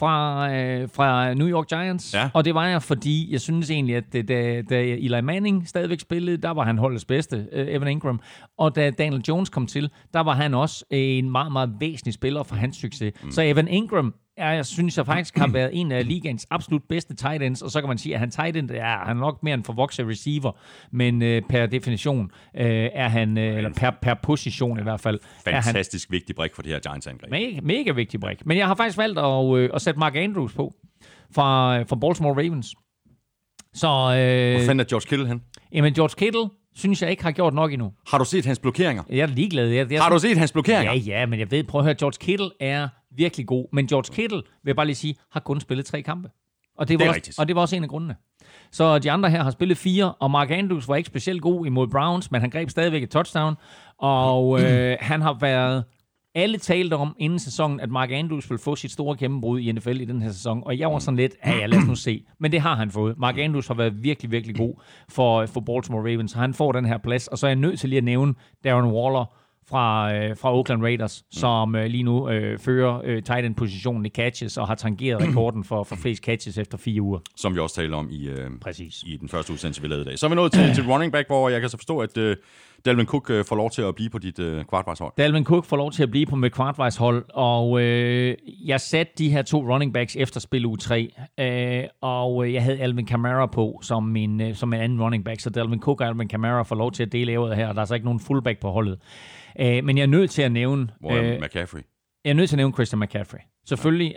fra New York Giants. Ja. Og det var jeg, fordi jeg synes egentlig, at da Eli Manning stadigvæk spillede, der var han holdets bedste, Evan Ingram. Og da Daniel Jones kom til, der var han også en meget, meget væsentlig spiller for hans succes. Så Evan Ingram jeg synes, jeg faktisk har været en af ligaens absolut bedste tight ends, og så kan man sige, at han tight end, han er nok mere en forvokset receiver, men per definition er han, eller per position i hvert fald. Fantastisk vigtig brik for det her Giants-angreb. Mega vigtig brik. Men jeg har faktisk valgt at sætte Mark Andrews på fra Baltimore Ravens. Så, hvor fanden er George Kittle hen? Jamen, George Kittle synes jeg ikke har gjort nok endnu. Har du set hans blokeringer? Jeg er ligeglad. Har du set hans blokeringer? Ja, men jeg ved, prøv at høre, George Kittle er virkelig god. Men George Kittle, vil jeg bare lige sige, har kun spillet 3 kampe. Og det var også en af grundene. Så de andre her har spillet 4, og Mark Andrews var ikke specielt god imod Browns, men han greb stadigvæk et touchdown. Og han har været... Alle talte om inden sæsonen, at Mark Andrews ville få sit store gennembrud i NFL i den her sæson, og jeg var sådan lidt, lad os nu se. Men det har han fået. Mark Andrews har været virkelig, virkelig god for Baltimore Ravens, så han får den her plads. Og så er jeg nødt til lige at nævne Darren Waller fra Oakland Raiders, som lige nu fører tight end-positionen i catches og har tangeret rekorden for flest catches efter 4 uger. Som vi også talte om i den første udsendelse, vi lavede i dag. Så er vi nået til running back, hvor jeg kan så forstå, at Dalvin Cook får lov til at blive på dit kvartvejshold. Dalvin Cook får lov til at blive på mit kvartvejshold, og jeg satte de her 2 running backs efter spil uge 3, og jeg havde Alvin Kamara på som en anden running back, så Dalvin Cook og Alvin Kamara får lov til at dele æret her, og der er så ikke nogen fullback på holdet. Men jeg er nødt til at nævne... Hvor er McCaffrey? Jeg er nødt til at nævne Christian McCaffrey. Selvfølgelig,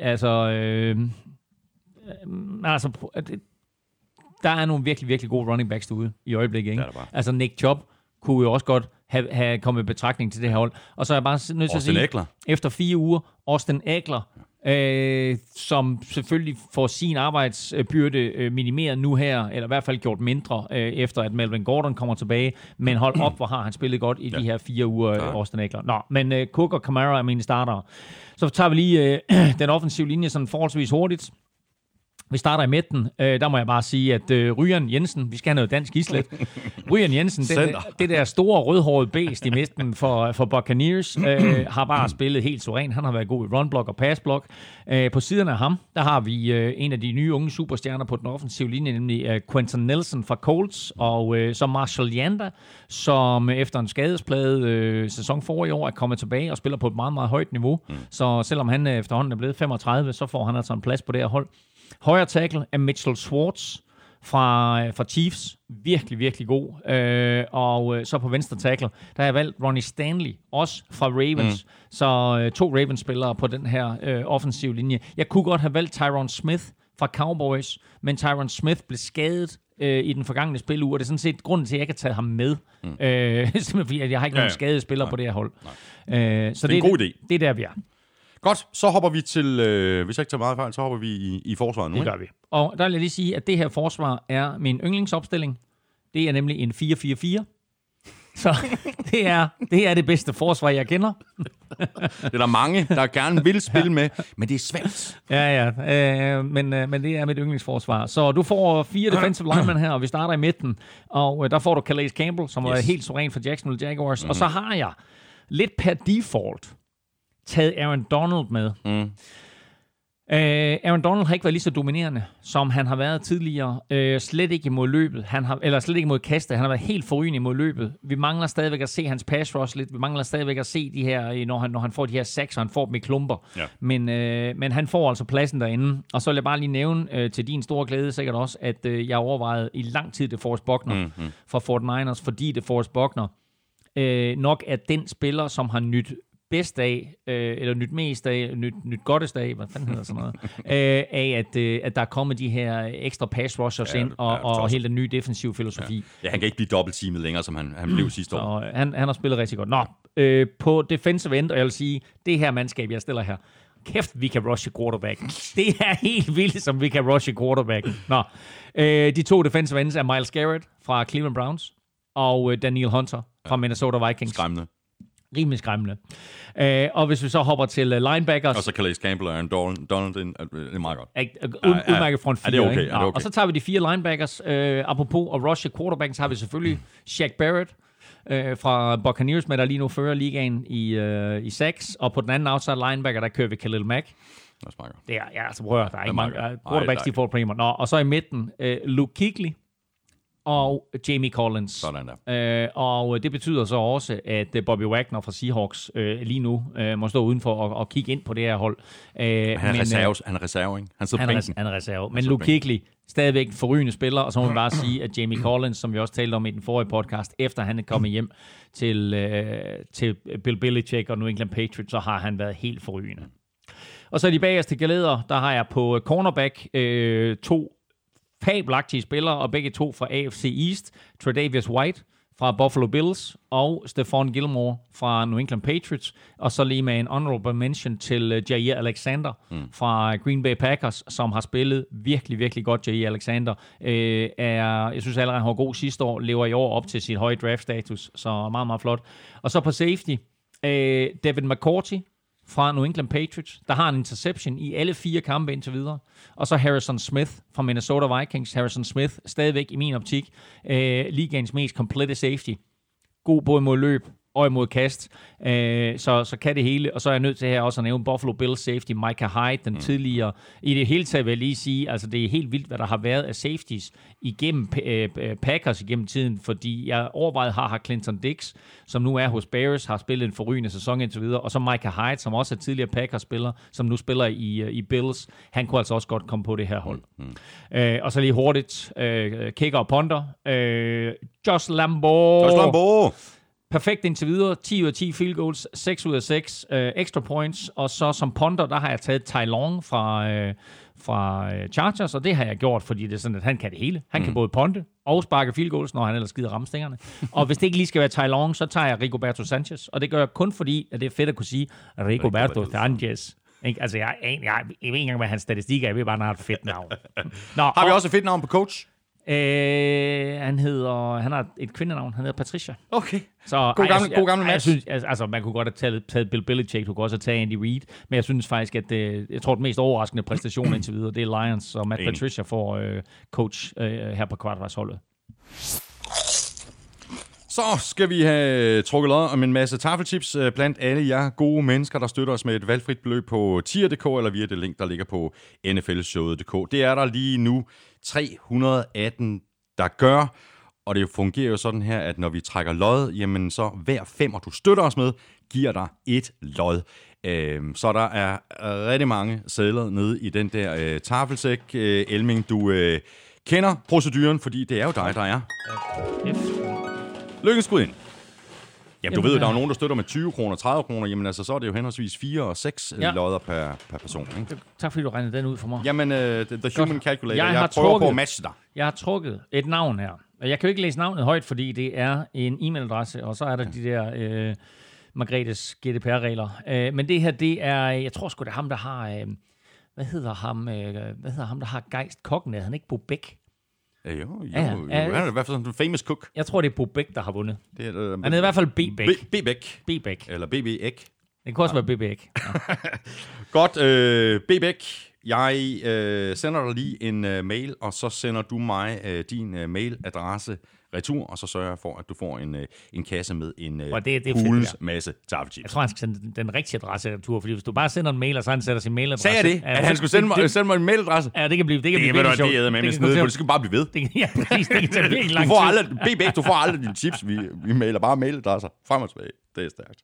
der er nogle virkelig, virkelig gode running backs derude i øjeblikket, ikke? Altså Nick Chubb kunne jo også godt have kommet i betragtning til det her hold. Og så er jeg bare nødt til at sige, efter 4 uger, Austin Eckler, som selvfølgelig får sin arbejdsbyrde minimeret nu her, eller i hvert fald gjort mindre, efter at Melvin Gordon kommer tilbage. Men hold op, hvor har han spillet godt i de her 4 uger, Austin Eckler. Nå, men Cook og Kamara er mine startere. Så tager vi lige den offensive linje sådan forholdsvis hurtigt. Vi starter i midten. Der må jeg bare sige, at Ryan Jensen, vi skal have noget dansk islet. Ryan Jensen, det der store rødhårede bæst i midten for Buccaneers, har bare spillet helt suverænt. Han har været god i runblock og passblock. På siden af ham, der har vi en af de nye unge superstjerner på den offensive linje, nemlig Quentin Nelson fra Colts, og så Marshall Yanda, som efter en skadesplade sæson forrige år er kommet tilbage og spiller på et meget, meget højt niveau. Så selvom han efterhånden er blevet 35, så får han altså en plads på det her hold. Højre tackle er Mitchell Schwartz fra Chiefs. Virkelig, virkelig god. Og så på venstre tackle, der har jeg valgt Ronnie Stanley, også fra Ravens. Så 2 Ravens-spillere på den her offensive linje. Jeg kunne godt have valgt Tyron Smith fra Cowboys, men Tyron Smith blev skadet i den forgangne spiluge, og det er sådan set grunden til, at jeg ikke har taget ham med. Simpelthen fordi, jeg har ikke nogen skadede spillere på det her hold. Så det er en god idé. Det er der, vi er. Godt, så hopper vi til, hvis jeg ikke tager meget fejl, så hopper vi i forsvaret nu. Det gør vi. Og der vil jeg lige sige, at det her forsvar er min yndlingsopstilling. Det er nemlig en 4-4-4. Så det er det bedste forsvar, jeg kender. Det er der mange, der gerne vil spille med, men det er svært. Ja, men det er mit yndlingsforsvar. Så du får 4 defensive linemen her, og vi starter i midten. Og der får du Calais Campbell, som er helt suveræn for Jacksonville Jaguars. Og så har jeg lidt per default taget Aaron Donald med. Aaron Donald har ikke været lige så dominerende, som han har været tidligere. Slet ikke imod løbet. Slet ikke imod kastet. Han har været helt forrygende imod løbet. Vi mangler stadigvæk at se hans pass rush lidt. Vi mangler stadigvæk at se de her, når han får de her sacks, og han får dem i klumper. Ja. Men han får altså pladsen derinde. Og så vil jeg bare lige nævne til din store glæde sikkert også, at jeg overvejede i lang tid DeForest Buckner fra 49ers, fordi DeForest Buckner nok er den spiller, som har nyt bedst af, eller nyt mest af, nyt godtest af, hvad fanden hedder sådan noget, af at der er kommet de her ekstra pass rushers ind, og helt en ny defensiv filosofi. Ja, han kan ikke blive dobbeltteamet længere, som han blev sidste år. Han har spillet rigtig godt. På defensive end, og jeg vil sige, det her mandskab, jeg stiller her, kæft, vi kan rushe quarterback. Det er helt vildt, som vi kan rushe quarterback. De to defensive ends er Myles Garrett fra Cleveland Browns, og Daniel Hunter fra Minnesota Vikings. Skræmmende. Rimelig skræmmende. Og hvis vi så hopper til linebackers... Og så Calais Campbell og Aaron Donald, det er meget godt. Udmærket front 4. Er det okay? Og så tager vi de 4 linebackers. Apropos at rushe quarterback, så har vi selvfølgelig Shaq Barrett fra Buccaneers, med der lige nu fører ligaen i sacks. Og på den anden outside linebacker, der kører vi Khalil Mack. Det er altså prøv der er ikke mange quarterbacks, de får primer. Og så i midten, Luke Kuechly og Jamie Collins. Sådan der. Og det betyder så også, at Bobby Wagner fra Seahawks lige nu må stå udenfor og kigge ind på det her hold. Han er reserve, ikke? Han er reserve. Men Luke Kuechly, stadigvæk forrygende spiller, og så må man bare sige, at Jamie Collins, som vi også talte om i den forrige podcast, efter han er kommet hjem til Bill Belichick og New England Patriots, så har han været helt forrygende. Og så de bagerste glæder, der har jeg på cornerback 2 fabelagtige spillere, og begge to fra AFC East. Tre'Davious White fra Buffalo Bills, og Stephon Gilmore fra New England Patriots. Og så lige med en honorable mention til Jair Alexander fra Green Bay Packers, som har spillet virkelig, virkelig godt. Jair Alexander jeg synes allerede, han var god sidste år, lever i år op til sit høje draft-status, så meget, meget flot. Og så på safety, Devin McCourty fra New England Patriots, der har en interception i alle 4 kampe indtil videre. Og så Harrison Smith fra Minnesota Vikings. Harrison Smith, stadigvæk i min optik, ligaens mest komplette safety. God både mod løb og imod kast. Så kan det hele. Og så er jeg nødt til her også at nævne Buffalo Bills safety, Micah Hyde, den tidligere. I det hele taget vil jeg lige sige, altså det er helt vildt, hvad der har været af safeties igennem Packers igennem tiden, fordi jeg overvejet har Clinton Dix, som nu er hos Bears, har spillet en forrygende sæson indtil videre, og så Micah Hyde, som også er tidligere Packers-spiller, som nu spiller i Bills. Han kunne altså også godt komme på det her hold. Og så lige hurtigt, kicker og punter. Josh Lambo. Perfekt indtil videre. 10 ud af 10 field goals, 6 ud af 6 extra points. Og så som punter, der har jeg taget Ty Long fra Chargers, og det har jeg gjort, fordi det er sådan, at han kan det hele. Han kan både punte og sparke field goals, når han ellers gider ramme stængerne. Og hvis det ikke lige skal være Ty Long, så tager jeg Rigoberto Sanchez. Og det gør jeg kun fordi, at det er fedt at kunne sige Rigoberto Sanchez. Altså, jeg ved ikke engang, hvad hans statistik er. Jeg ved bare, at han har et fedt navn. Har vi også et fedt navn på coach? Han har et kvindenavn. Han hedder Patricia. Okay. Så, god gamle match. Jeg synes, man kunne godt have taget Bill Belichick, du kunne også have taget Andy Reid, men jeg synes faktisk, at jeg tror, den mest overraskende præstation indtil videre, det er Lions, og Matt Patricia får coach her på kvartvejsholdet. Så skal vi have trukket lod om en masse taffeltips blandt alle jer gode mennesker, der støtter os med et valgfrit beløb på tier.dk eller via det link, der ligger på nflshowet.dk. Det er der lige nu 318, der gør, og det fungerer jo sådan her, at når vi trækker lod, jamen så hver 5, du støtter os med, giver dig et lod. Så der er rigtig mange sedler nede i den der taffelsæk. Elming, du kender proceduren, fordi det er jo dig, der er. Lykkens skud ind. Jamen, du ved jo, der er nogen, der støtter med 20 kroner, 30 kroner. Jamen, altså, så er det jo henholdsvis 4 og 6 lodder per person. Ikke? Tak, fordi du regnede den ud for mig. Jamen, the human calculator. Jeg prøver på at matche dig. Jeg har trukket et navn her. Jeg kan jo ikke læse navnet højt, fordi det er en e-mailadresse, og så er der de der Margrethes GDPR-regler. Men det her, det er, jeg tror sgu, det er ham, der har, hvad hedder ham, der har Geist Kokken? Er han ikke Bo Bæk? Jo. Han er i hvert fald en famous cook. Jeg tror, det er Bo Bæk, der har vundet. Han er i hvert fald B-Bæk. Eller B-Bæk. Det kan også være B-Bæk. Ja. Godt. B-Bæk. Jeg sender dig lige en mail, og så sender du mig din mailadresse retur, og så sørger jeg for, at du får en kasse med en hulens masse taffelchips. Jeg tror, han skal sende den rigtige adresse retur, fordi hvis du bare sender en mail, og så han sætter sin mailadresse... Sagde jeg det? At han skulle sende mig en mailadresse? Ja, det kan blive det virkelig sjovt. Det er med sned, for det skal bare blive ved. Ja, præcis. Det kan tage virkelig lang tid. Du får aldrig dine chips. Vi mailer bare mailadresser frem og tilbage. Det er stærkt.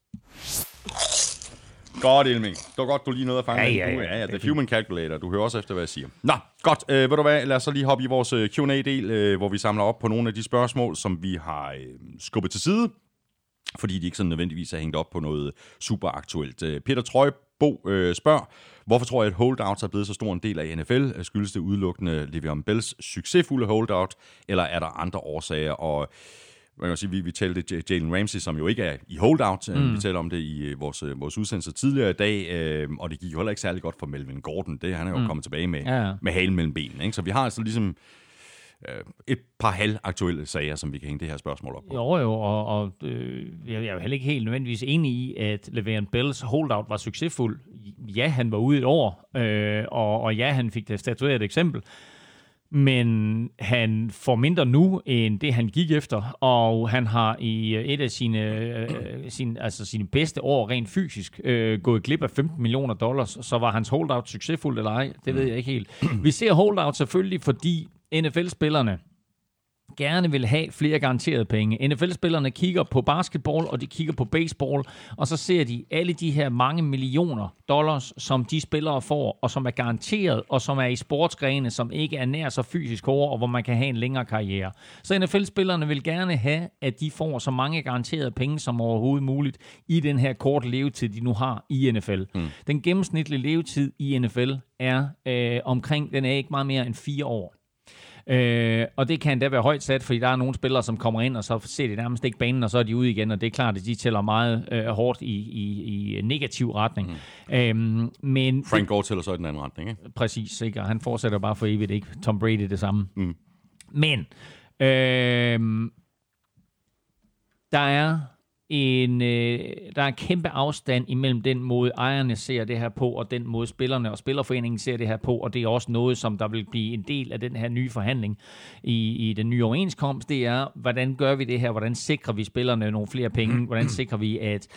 Godt, Elming. Det var godt, du lige nåede at fange. Ja. The Human Calculator. Du hører også efter, hvad jeg siger. Nå, godt. Ved du hvad? Lad os så lige hoppe i vores Q&A-del, hvor vi samler op på nogle af de spørgsmål, som vi har skubbet til side, fordi de ikke sådan nødvendigvis er hængt op på noget super aktuelt. Peter Trøjbo spørger, hvorfor tror jeg, at holdouts er blevet så stor en del af NFL? Skyldes det udelukkende Le'Veon Bells succesfulde holdout, eller er der andre årsager? Og man kan sige, vi talte Jalen Ramsey, som jo ikke er i holdout. Vi talte om det i vores udsendelse tidligere i dag, og det gik jo heller ikke særlig godt for Melvin Gordon. Han er jo kommet tilbage med halen mellem benene. Ikke? Så vi har altså ligesom et par halvaktuelle sager, som vi kan hænge det her spørgsmål op på. Jo, og jeg er jo heller ikke helt nødvendigvis enig i, at Le'Veon Bells holdout var succesfuld. Ja, han var ude et år, og ja, han fik det statueret et eksempel. Men han får mindre nu, end det han gik efter, og han har i et af sine bedste år rent fysisk gået glip af $15 millioner, så var hans holdout succesfuldt eller ej, det ved jeg ikke helt. Vi ser holdout selvfølgelig, fordi NFL-spillerne gerne vil have flere garanterede penge. NFL-spillerne kigger på basketball, og de kigger på baseball, og så ser de alle de her mange millioner dollars, som de spillere får, og som er garanteret, og som er i sportsgrene, som ikke er nær så fysisk hårde, og hvor man kan have en længere karriere. Så NFL-spillerne vil gerne have, at de får så mange garanterede penge som overhovedet muligt i den her korte levetid, de nu har i NFL. Den gennemsnitlige levetid i NFL er den er ikke meget mere end 4 år. Og det kan endda være højt sat, fordi der er nogle spillere, som kommer ind, og så ser de nærmest ikke banen, og så er de ude igen, og det er klart, at de tæller meget hårdt i negativ retning. Men Frank Gore tæller så i den anden retning, ikke? Præcis, ikke? Og han fortsætter bare for evigt, ikke? Tom Brady det samme. Men der er en kæmpe afstand imellem den måde, ejerne ser det her på, og den måde, spillerne og spillerforeningen ser det her på, og det er også noget, som der vil blive en del af den her nye forhandling i den nye overenskomst. Det er, hvordan gør vi det her? Hvordan sikrer vi spillerne nogle flere penge? Hvordan sikrer vi, at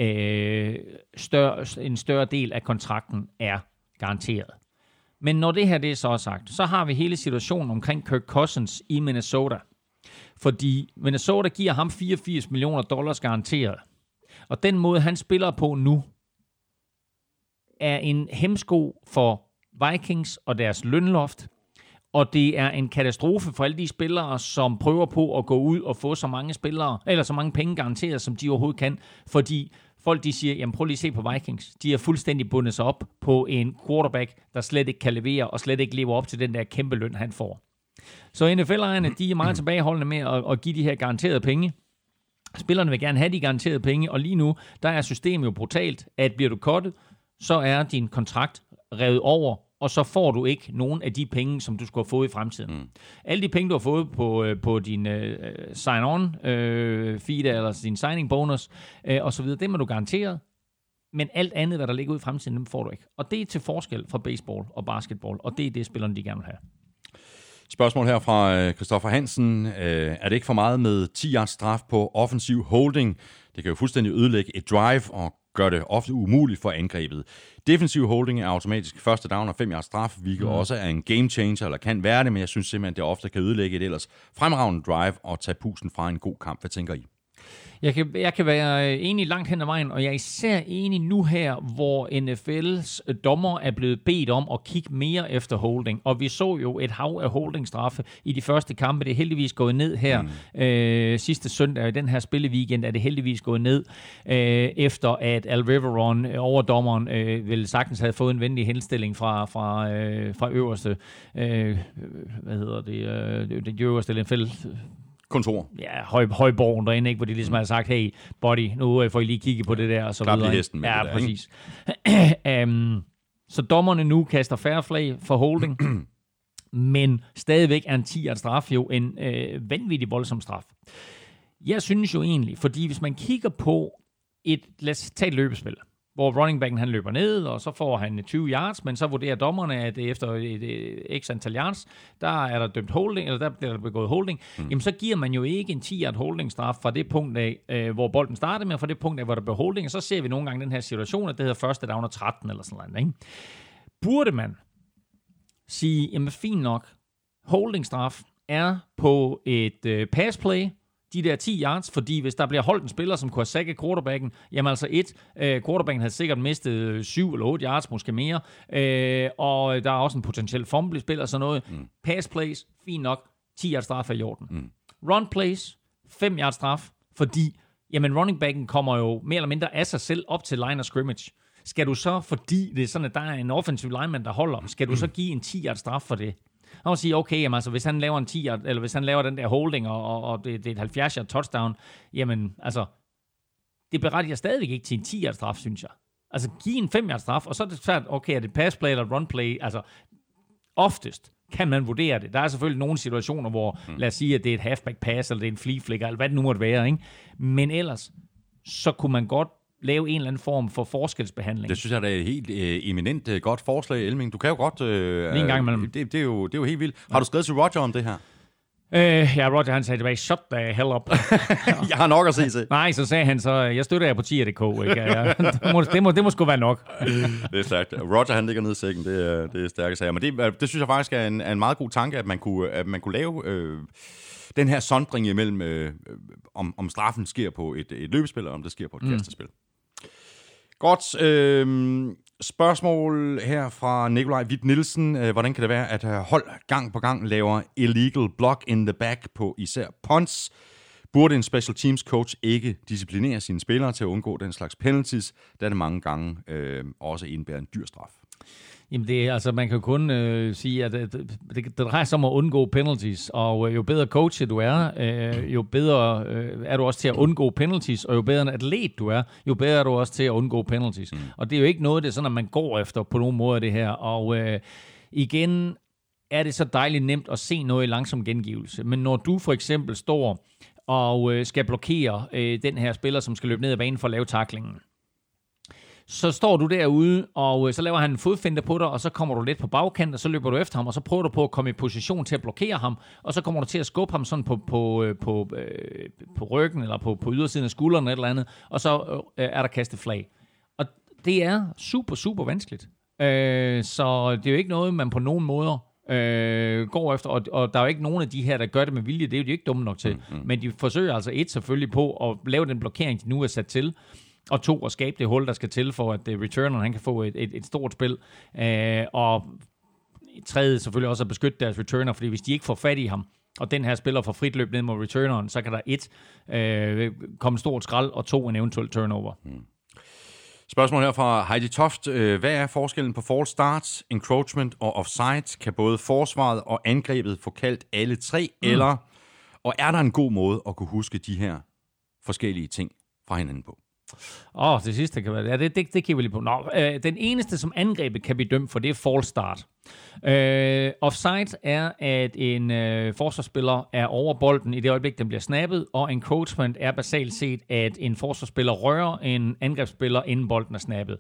en større del af kontrakten er garanteret? Men når det her det er så sagt, så har vi hele situationen omkring Kirk Cousins i Minnesota. Fordi Minnesota giver ham $84 millioner garanteret. Og den måde, han spiller på nu, er en hæmsko for Vikings og deres lønloft. Og det er en katastrofe for alle de spillere, som prøver på at gå ud og få så mange spillere, eller så mange penge garanteret, som de overhovedet kan. Fordi folk de siger, jamen prøv lige at se på Vikings. De er fuldstændig bundet sig op på en quarterback, der slet ikke kan levere, og slet ikke lever op til den der kæmpe løn, han får. Så NFL-ejerne, de er meget tilbageholdende med at give de her garanterede penge. Spillerne vil gerne have de garanterede penge, og lige nu, der er systemet jo brutalt, at bliver du cuttet, så er din kontrakt revet over, og så får du ikke nogen af de penge, som du skulle have fået i fremtiden. Alle de penge, du har fået på din sign-on feed, eller din signing bonus, og så videre, det må du garanteret. Men alt andet, hvad der ligger ud i fremtiden, dem får du ikke. Og det er til forskel fra baseball og basketball, og det er det, spillerne de gerne vil have. Spørgsmål her fra Christoffer Hansen. Er det ikke for meget med 10 yards straf på offensiv holding? Det kan jo fuldstændig ødelægge et drive og gøre det ofte umuligt for angrebet. Defensiv holding er automatisk første down og 5 yards straf, hvilket også er en game changer, eller kan være det, men jeg synes simpelthen, det ofte kan ødelægge et ellers fremragende drive og tage pusten fra en god kamp. Hvad tænker I? Jeg kan være enig langt hen ad vejen, og jeg er især enig nu her, hvor NFL's dommer er blevet bedt om at kigge mere efter holding. Og vi så jo et hav af holdingstraffe i de første kampe. Det er heldigvis gået ned her sidste søndag i den her spilleweekend, er det heldigvis gået ned, efter at Al Riveron, overdommeren, vel sagtens havde fået en venlig henstilling fra øverste, det øverste NFL kontor. Ja, højborgen derinde, ikke, hvor de ligesom har sagt, hey, buddy, nu får I lige kigge på det der, og så videre. Hesten med ja, det der, præcis. Så dommerne nu kaster fair flag for holding, men stadigvæk er en 10-yard straf jo en vanvittig voldsom straf. Jeg synes jo egentlig, fordi hvis man kigger på lad os tage et løbespil. hvor running backen han løber ned, og så får han 20 yards, men så vurderer dommerne, at efter et x antal yards, der er der dømt holding, eller der bliver der begået holding, jamen så giver man jo ikke en 10-yard holding-straf fra det punkt af, hvor bolden startede med, fra det punkt af, hvor der blev holding, og så ser vi nogle gange den her situation, at det hedder første down og 13 eller sådan noget, ikke? Burde man sige, jamen fint nok, holding-straf er på et pass-play, de der 10 yards, fordi hvis der bliver holdt en spiller, som kunne have sækket quarterbacken, jamen altså quarterbacken havde sikkert mistet 7 eller 8 yards, måske mere, og der er også en potentiel fumble-spil og sådan noget. Pass plays, fint nok, 10 yards straf er i orden. Run plays, 5 yards straf, fordi jamen running backen kommer jo mere eller mindre af sig selv op til line of scrimmage. Skal du så, fordi det er sådan, at der er en offensive lineman, der holder, skal du så give en 10 yards straf for det? Han må sige, okay, jamen, altså, hvis han laver en 10, eller hvis han laver den der holding, og det er et 70 yard touchdown, jamen, altså, det berettiger stadigvæk ikke til en 10 yard straf, synes jeg. Altså, giv en 5 yard straf, og så er det svært, okay, er det pass play eller run play? Altså, oftest kan man vurdere det. Der er selvfølgelig nogle situationer, hvor, lad os sige, at det er et halfback pass, eller det er en flea flicker, eller hvad det nu måtte være, ikke? Men ellers, så kunne man godt lave en eller anden form for forskelsbehandling. Det synes jeg, det er et helt eminent godt forslag, Elming. Du kan jo godt... Lige en gang imellem. Det er jo helt vildt. Har du skrevet til Roger om det her? Ja, Roger han sagde tilbage, shut the hell up. Jeg har nok at se til. Nej, så sagde han så, jeg støtter jer på 10.dk. Det må sgu være nok. Det er stærkt. Roger han ligger nede i sækken, det er stærke sager. Men det synes jeg faktisk er en meget god tanke, at man kunne lave den her sondring imellem, om straffen sker på et løbespil, eller om det sker på et kastespil. Godt. Spørgsmål her fra Nikolaj Witt Nielsen. Hvordan kan det være, at hold gang på gang laver illegal block in the back på især punts? Burde en special teams coach ikke disciplinere sine spillere til at undgå den slags penalties, da det mange gange også indebærer en dyr straf? Jamen det er, altså man kan kun sige, at det drejer sig om at undgå penalties, og jo bedre coach du er, jo bedre er du også til at undgå penalties, og jo bedre en atlet du er, jo bedre er du også til at undgå penalties. Og det er jo ikke noget, det er sådan, at man går efter på nogen måde det her, og igen er det så dejligt nemt at se noget i langsom gengivelse, men når du for eksempel står og skal blokere den her spiller, som skal løbe ned ad banen for at lave tacklingen, så står du derude, og så laver han en fodfinte på dig, og så kommer du lidt på bagkant, og så løber du efter ham, og så prøver du på at komme i position til at blokere ham, og så kommer du til at skubbe ham sådan på ryggen, eller på ydersiden af skulderen eller andet, og så er der kastet flag. Og det er super, super vanskeligt. Så det er jo ikke noget, man på nogen måder går efter, og der er jo ikke nogen af de her, der gør det med vilje, det er jo de ikke dumme nok til. Men de forsøger altså selvfølgelig på at lave den blokering, de nu er sat til, og 2, at skabe det hul, der skal til, for at returneren han kan få et stort spil. Og 3, selvfølgelig også at beskytte deres returner, fordi hvis de ikke får fat i ham, og den her spiller får frit løb ned mod returneren, så kan der 1 komme stort skrald, og 2 en eventuel turnover. Spørgsmål her fra Heidi Toft. Hvad er forskellen på false starts, encroachment og offside? Kan både forsvaret og angrebet få kaldt alle 3, eller og er der en god måde at kunne huske de her forskellige ting fra hinanden på? Det sidste kan være... Ja, det kigger vi lige på. Den eneste, som angrebet kan blive dømt for, det er false start. Offside er, at en forsvarsspiller er over bolden i det øjeblik, den bliver snappet, og encroachment er basalt set, at en forsvarsspiller rører en angrebsspiller, inden bolden er snappet.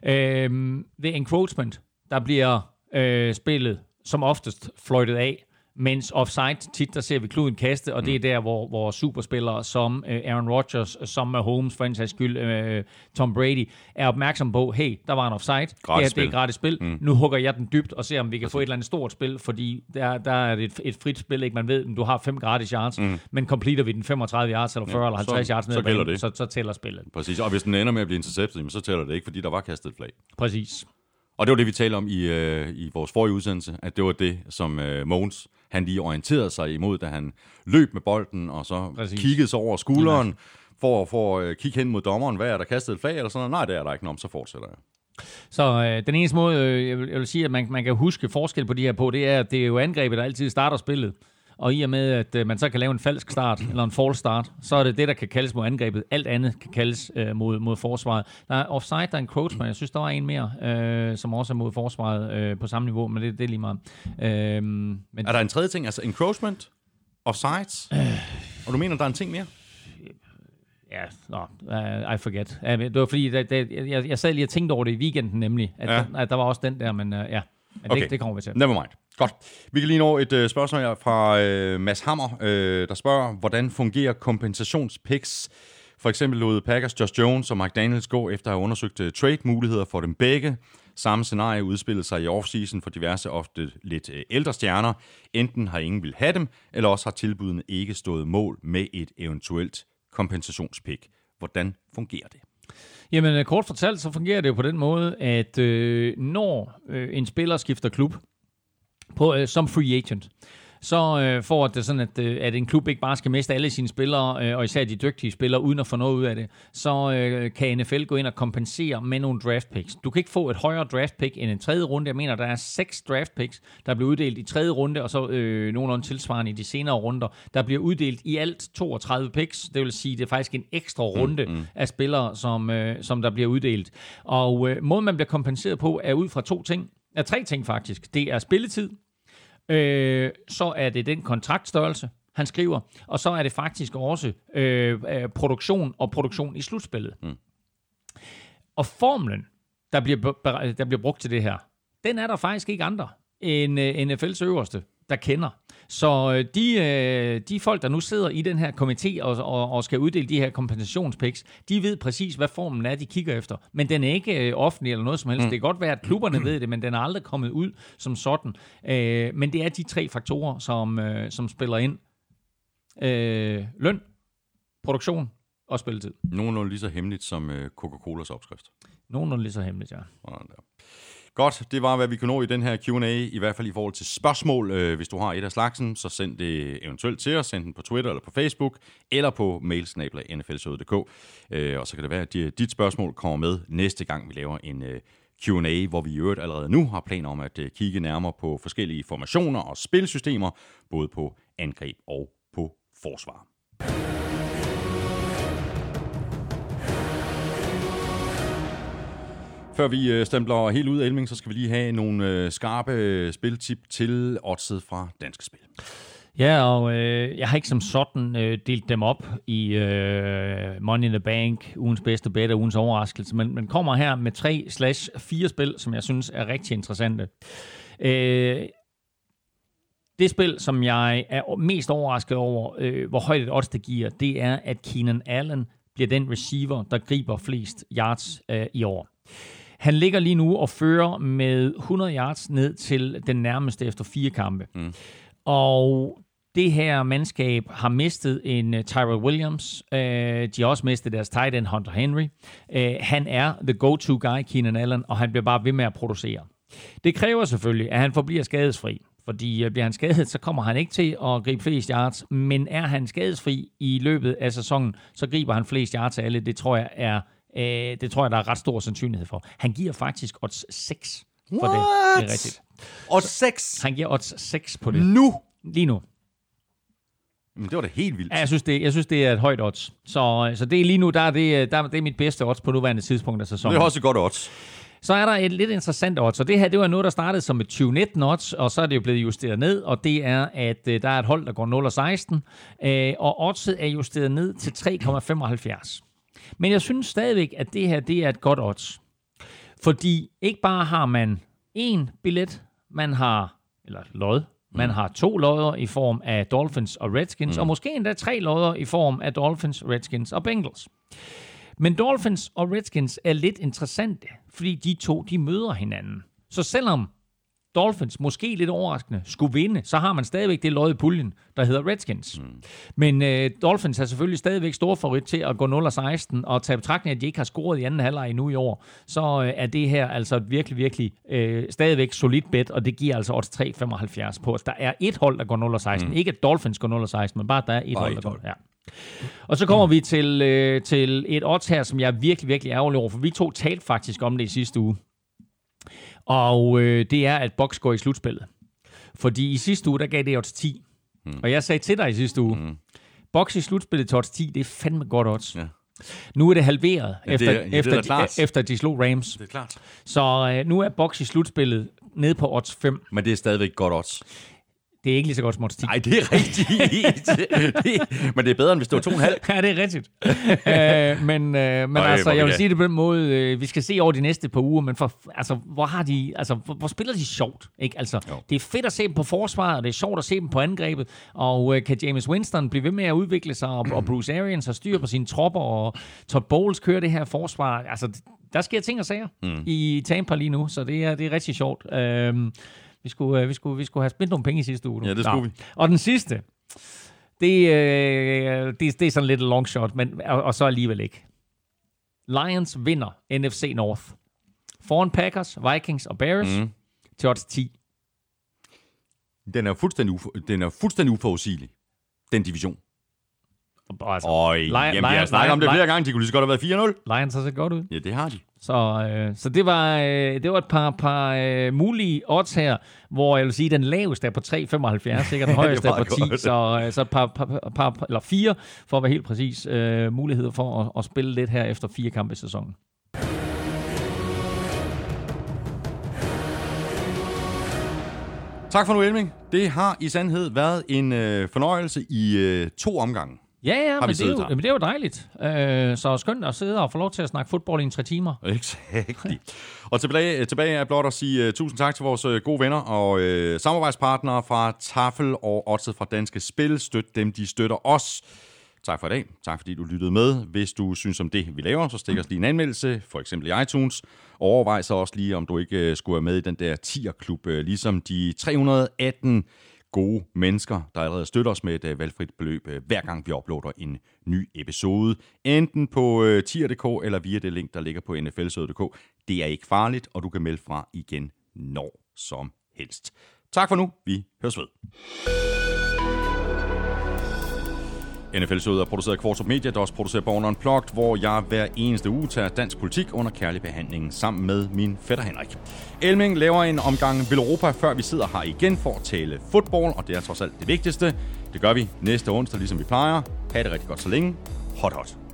Ved encroachment, der bliver spillet som oftest fløjtet af, mens offside, tit der ser vi kluden kaste, og det er der, hvor superspillere som Aaron Rodgers, som Mahomes, for en sags skyld, Tom Brady, er opmærksom på, hey, der var en offside, det er et gratis spil, nu hugger jeg den dybt og ser, om vi kan få et eller andet stort spil, fordi der er det et frit spil, ikke? Man ved, du har 5 gratis yards, men completer vi den 35 yards, eller 40 eller 50 yards ned, så tæller spillet. Præcis, og hvis den ender med at blive interceptet, så tæller det ikke, fordi der var kastet et flag. Præcis. Og det var det, vi talte om i vores forrige udsendelse, at det var det, som Mogens, han lige orienterede sig imod, da han løb med bolden, og så kiggede sig over skulderen, for at kigge hen mod dommeren. Hvad er der kastet et flag, eller sådan noget? Nej, det er der ikke noget, så fortsætter jeg. Så den eneste måde, jeg vil sige, at man kan huske forskel på de her på, det er, at det er jo angrebet, der altid starter spillet. Og i og med, at man så kan lave en falsk start, eller en false start, så er det det, der kan kaldes mod angrebet. Alt andet kan kaldes mod forsvaret. Der er offside, der er encroachment. Jeg synes, der var en mere, som også er mod forsvaret på samme niveau, men det er lige meget. Men er der en tredje ting? Altså encroachment, offside, og du mener, der er en ting mere? I forget. Det var fordi, jeg sad lige og tænkte over det i weekenden nemlig, at der var også den der, men okay. Det kommer vi til. Never mind. Godt. Vi kan lige nå et spørgsmål her fra Mads Hammer, der spørger, hvordan fungerer kompensationspicks? For eksempel lod Packers Josh Jones og Mike Daniels gå efter at have undersøgt trade-muligheder for dem begge. Samme scenarie udspillede sig i offseason for diverse, ofte lidt ældre stjerner. Enten har ingen vil have dem, eller også har tilbudene ikke stået mål med et eventuelt kompensationspick. Hvordan fungerer det? Jamen, kort fortalt, så fungerer det jo på den måde, at når en spiller skifter klub som free agent, så får det sådan, at en klub ikke bare skal miste alle sine spillere, og især de dygtige spillere, uden at få noget ud af det, så kan NFL gå ind og kompensere med nogle draft picks. Du kan ikke få et højere draft pick end en tredje runde. Jeg mener, der er 6 draft picks, der bliver uddelt i tredje runde, og så nogenlunde tilsvarende i de senere runder. Der bliver uddelt i alt 32 picks. Det vil sige, det er faktisk en ekstra runde af spillere, som der bliver uddelt. Og måden, man bliver kompenseret på, er ud fra 3 ting faktisk. Det er spilletid, så er det den kontraktstørrelse, han skriver, og så er det faktisk også produktion i slutspillet. Og formlen, der bliver brugt til det her, den er der faktisk ikke andre end NFL's øverste, der kender. Så de folk, der nu sidder i den her komité og skal uddele de her kompensationspicks, de ved præcis, hvad formen er, de kigger efter. Men den er ikke offentlig eller noget som helst. Det kan godt være, at klubberne ved det, men den er aldrig kommet ud som sådan. Men det er de 3 faktorer, som spiller ind. Løn, produktion og spilletid. Nogenlunde lige så hemmeligt som Coca-Colas opskrift. Nogenlunde lige så hemmeligt, ja. Godt, det var, hvad vi kunne nå i den her Q&A, i hvert fald i forhold til spørgsmål. Hvis du har et af slagsen, så send det eventuelt til os. Send den på Twitter eller på Facebook, eller på mail@nflshowet.dk. Og så kan det være, at dit spørgsmål kommer med næste gang, vi laver en Q&A, hvor vi i øvrigt allerede nu har planer om at kigge nærmere på forskellige formationer og spilsystemer, både på angreb og på forsvar. Før vi stempler helt ud af Elming, så skal vi lige have nogle skarpe spiltip til oddset fra Danske Spil. Ja, og jeg har ikke som sådan delt dem op i Money in the Bank, ugens bedste bet og ugens overraskelse, men kommer her med 3/4 spil, som jeg synes er rigtig interessante. Det spil, som jeg er mest overrasket over, hvor højt et odds det giver, det er, at Keenan Allen bliver den receiver, der griber flest yards i år. Han ligger lige nu og fører med 100 yards ned til den nærmeste efter 4 kampe. Og det her mandskab har mistet en Tyrell Williams. De har også mistet deres tight end Hunter Henry. Han er the go-to guy, Keenan Allen, og han bliver bare ved med at producere. Det kræver selvfølgelig, at han forbliver skadesfri. Fordi bliver han skadet, så kommer han ikke til at gribe flest yards. Men er han skadesfri i løbet af sæsonen, så griber han flest yards af alle. Det tror jeg, der er ret stor sandsynlighed for. Han giver faktisk odds 6 for det. Det er rigtigt. Odds 6? Han giver odds 6 på det. Nu? Lige nu. Men det var da helt vildt. Ja, jeg synes, det er et højt odds. Så det er lige nu, der er mit bedste odds på nuværende tidspunkt af sæsonen. Det er også et godt odds. Så er der et lidt interessant odds, og det her, det var noget, der startede som et 2019 odds, og så er det jo blevet justeret ned, og det er, at der er et hold, der går 0-16, og oddset er justeret ned til 3,75. Men jeg synes stadigvæk, at det her, det er et godt odds. Fordi ikke bare har man en billet, man har har 2 lodder i form af Dolphins og Redskins, og måske endda 3 lodder i form af Dolphins, Redskins og Bengals. Men Dolphins og Redskins er lidt interessante, fordi de 2, de møder hinanden. Så selvom Dolphins måske lidt overraskende skulle vinde, så har man stadigvæk det lod i puljen, der hedder Redskins. Men Dolphins er selvfølgelig stadigvæk stor favorit til at gå 0-16, og tage betragtning, at de ikke har scoret i anden halvleg endnu i år, så er det her altså et virkelig, virkelig stadigvæk solidt bet, og det giver altså odds 3,75 på. Der er et hold, der går 0-16. Ikke at Dolphins går 0-16, men bare der er et hold, der går. Ja. Og så kommer vi til et odds her, som jeg er virkelig, virkelig ærgerlig over, for vi 2 talte faktisk om det i sidste uge. Og det er, at Bucs går i slutspillet. Fordi i sidste uge, der gav det odds 10. Og jeg sagde til dig i sidste uge, Bucs i slutspillet til odds 10, det er fandme godt odds. Ja. Nu er det halveret, efter de slog Rams. Det er klart. Så nu er Bucs i slutspillet nede på odds 5. Men det er stadigvæk godt odds. Det er ikke lige så godt som odds 10. Nej, det er rigtigt. Men det er bedre, end hvis det var 2,5. Ja, det er rigtigt. men altså, jeg vil sige det på den måde, vi skal se over de næste par uger, men hvor spiller de sjovt? Ikke? Altså, det er fedt at se dem på forsvaret, og det er sjovt at se dem på angrebet, og kan James Winston blive ved med at udvikle sig, og Bruce Arians har styr på sine tropper, og Todd Bowles kører det her forsvar. Altså, der sker ting og sager i Tampa lige nu, så det er rigtig sjovt. Vi skulle have spændt nogle penge i sidste uge. Ja, det skulle vi. Og den sidste, det er sådan lidt long shot, men og så alligevel ikke. Lions vinder NFC North. Foran Packers, Vikings og Bears til odds 10. Den er fuldstændig uforudsigelig, den division. Altså, vi har snakket om det flere gange. De kunne lige så godt have været 4-0. Lions har set godt ud. Ja, det har de. Så det var et par mulige odds her, hvor jeg vil sige, den laveste er på 3,75, sikkert den højeste er på 10, så et par eller 4, for at være helt præcis, muligheder for at spille lidt her efter 4 kampe i sæsonen. Tak for nu, Elming. Det har i sandhed været en fornøjelse i 2 omgange. Ja, men det er jo dejligt. Så skønt at sidde og få lov til at snakke fodbold i 3 timer. Exakt. Og tilbage er blot at sige tusind tak til vores gode venner og samarbejdspartnere fra Tafel og Oddset fra Danske Spil. Støt dem, de støtter os. Tak for i dag. Tak fordi du lyttede med. Hvis du synes om det, vi laver, så stik os lige en anmeldelse, for eksempel i iTunes. Og overvej så også lige, om du ikke skulle være med i den der 10'er-klub, ligesom de 318 gode mennesker, der allerede støtter os med et valgfrit beløb, hver gang vi uploader en ny episode. Enten på tier.dk eller via det link, der ligger på nflsøde.dk. Det er ikke farligt, og du kan melde fra igen når som helst. Tak for nu. Vi høres ved. NFL-showet er produceret af Kvartrup Media, der også producerer Born Unplugged, hvor jeg hver eneste uge tager dansk politik under kærlig behandling sammen med min fætter Henrik. Elming laver en omgang Villeuropa, før vi sidder her igen for at tale fodbold, og det er trods alt det vigtigste. Det gør vi næste onsdag, ligesom vi plejer. Ha' det rigtig godt så længe. Hot.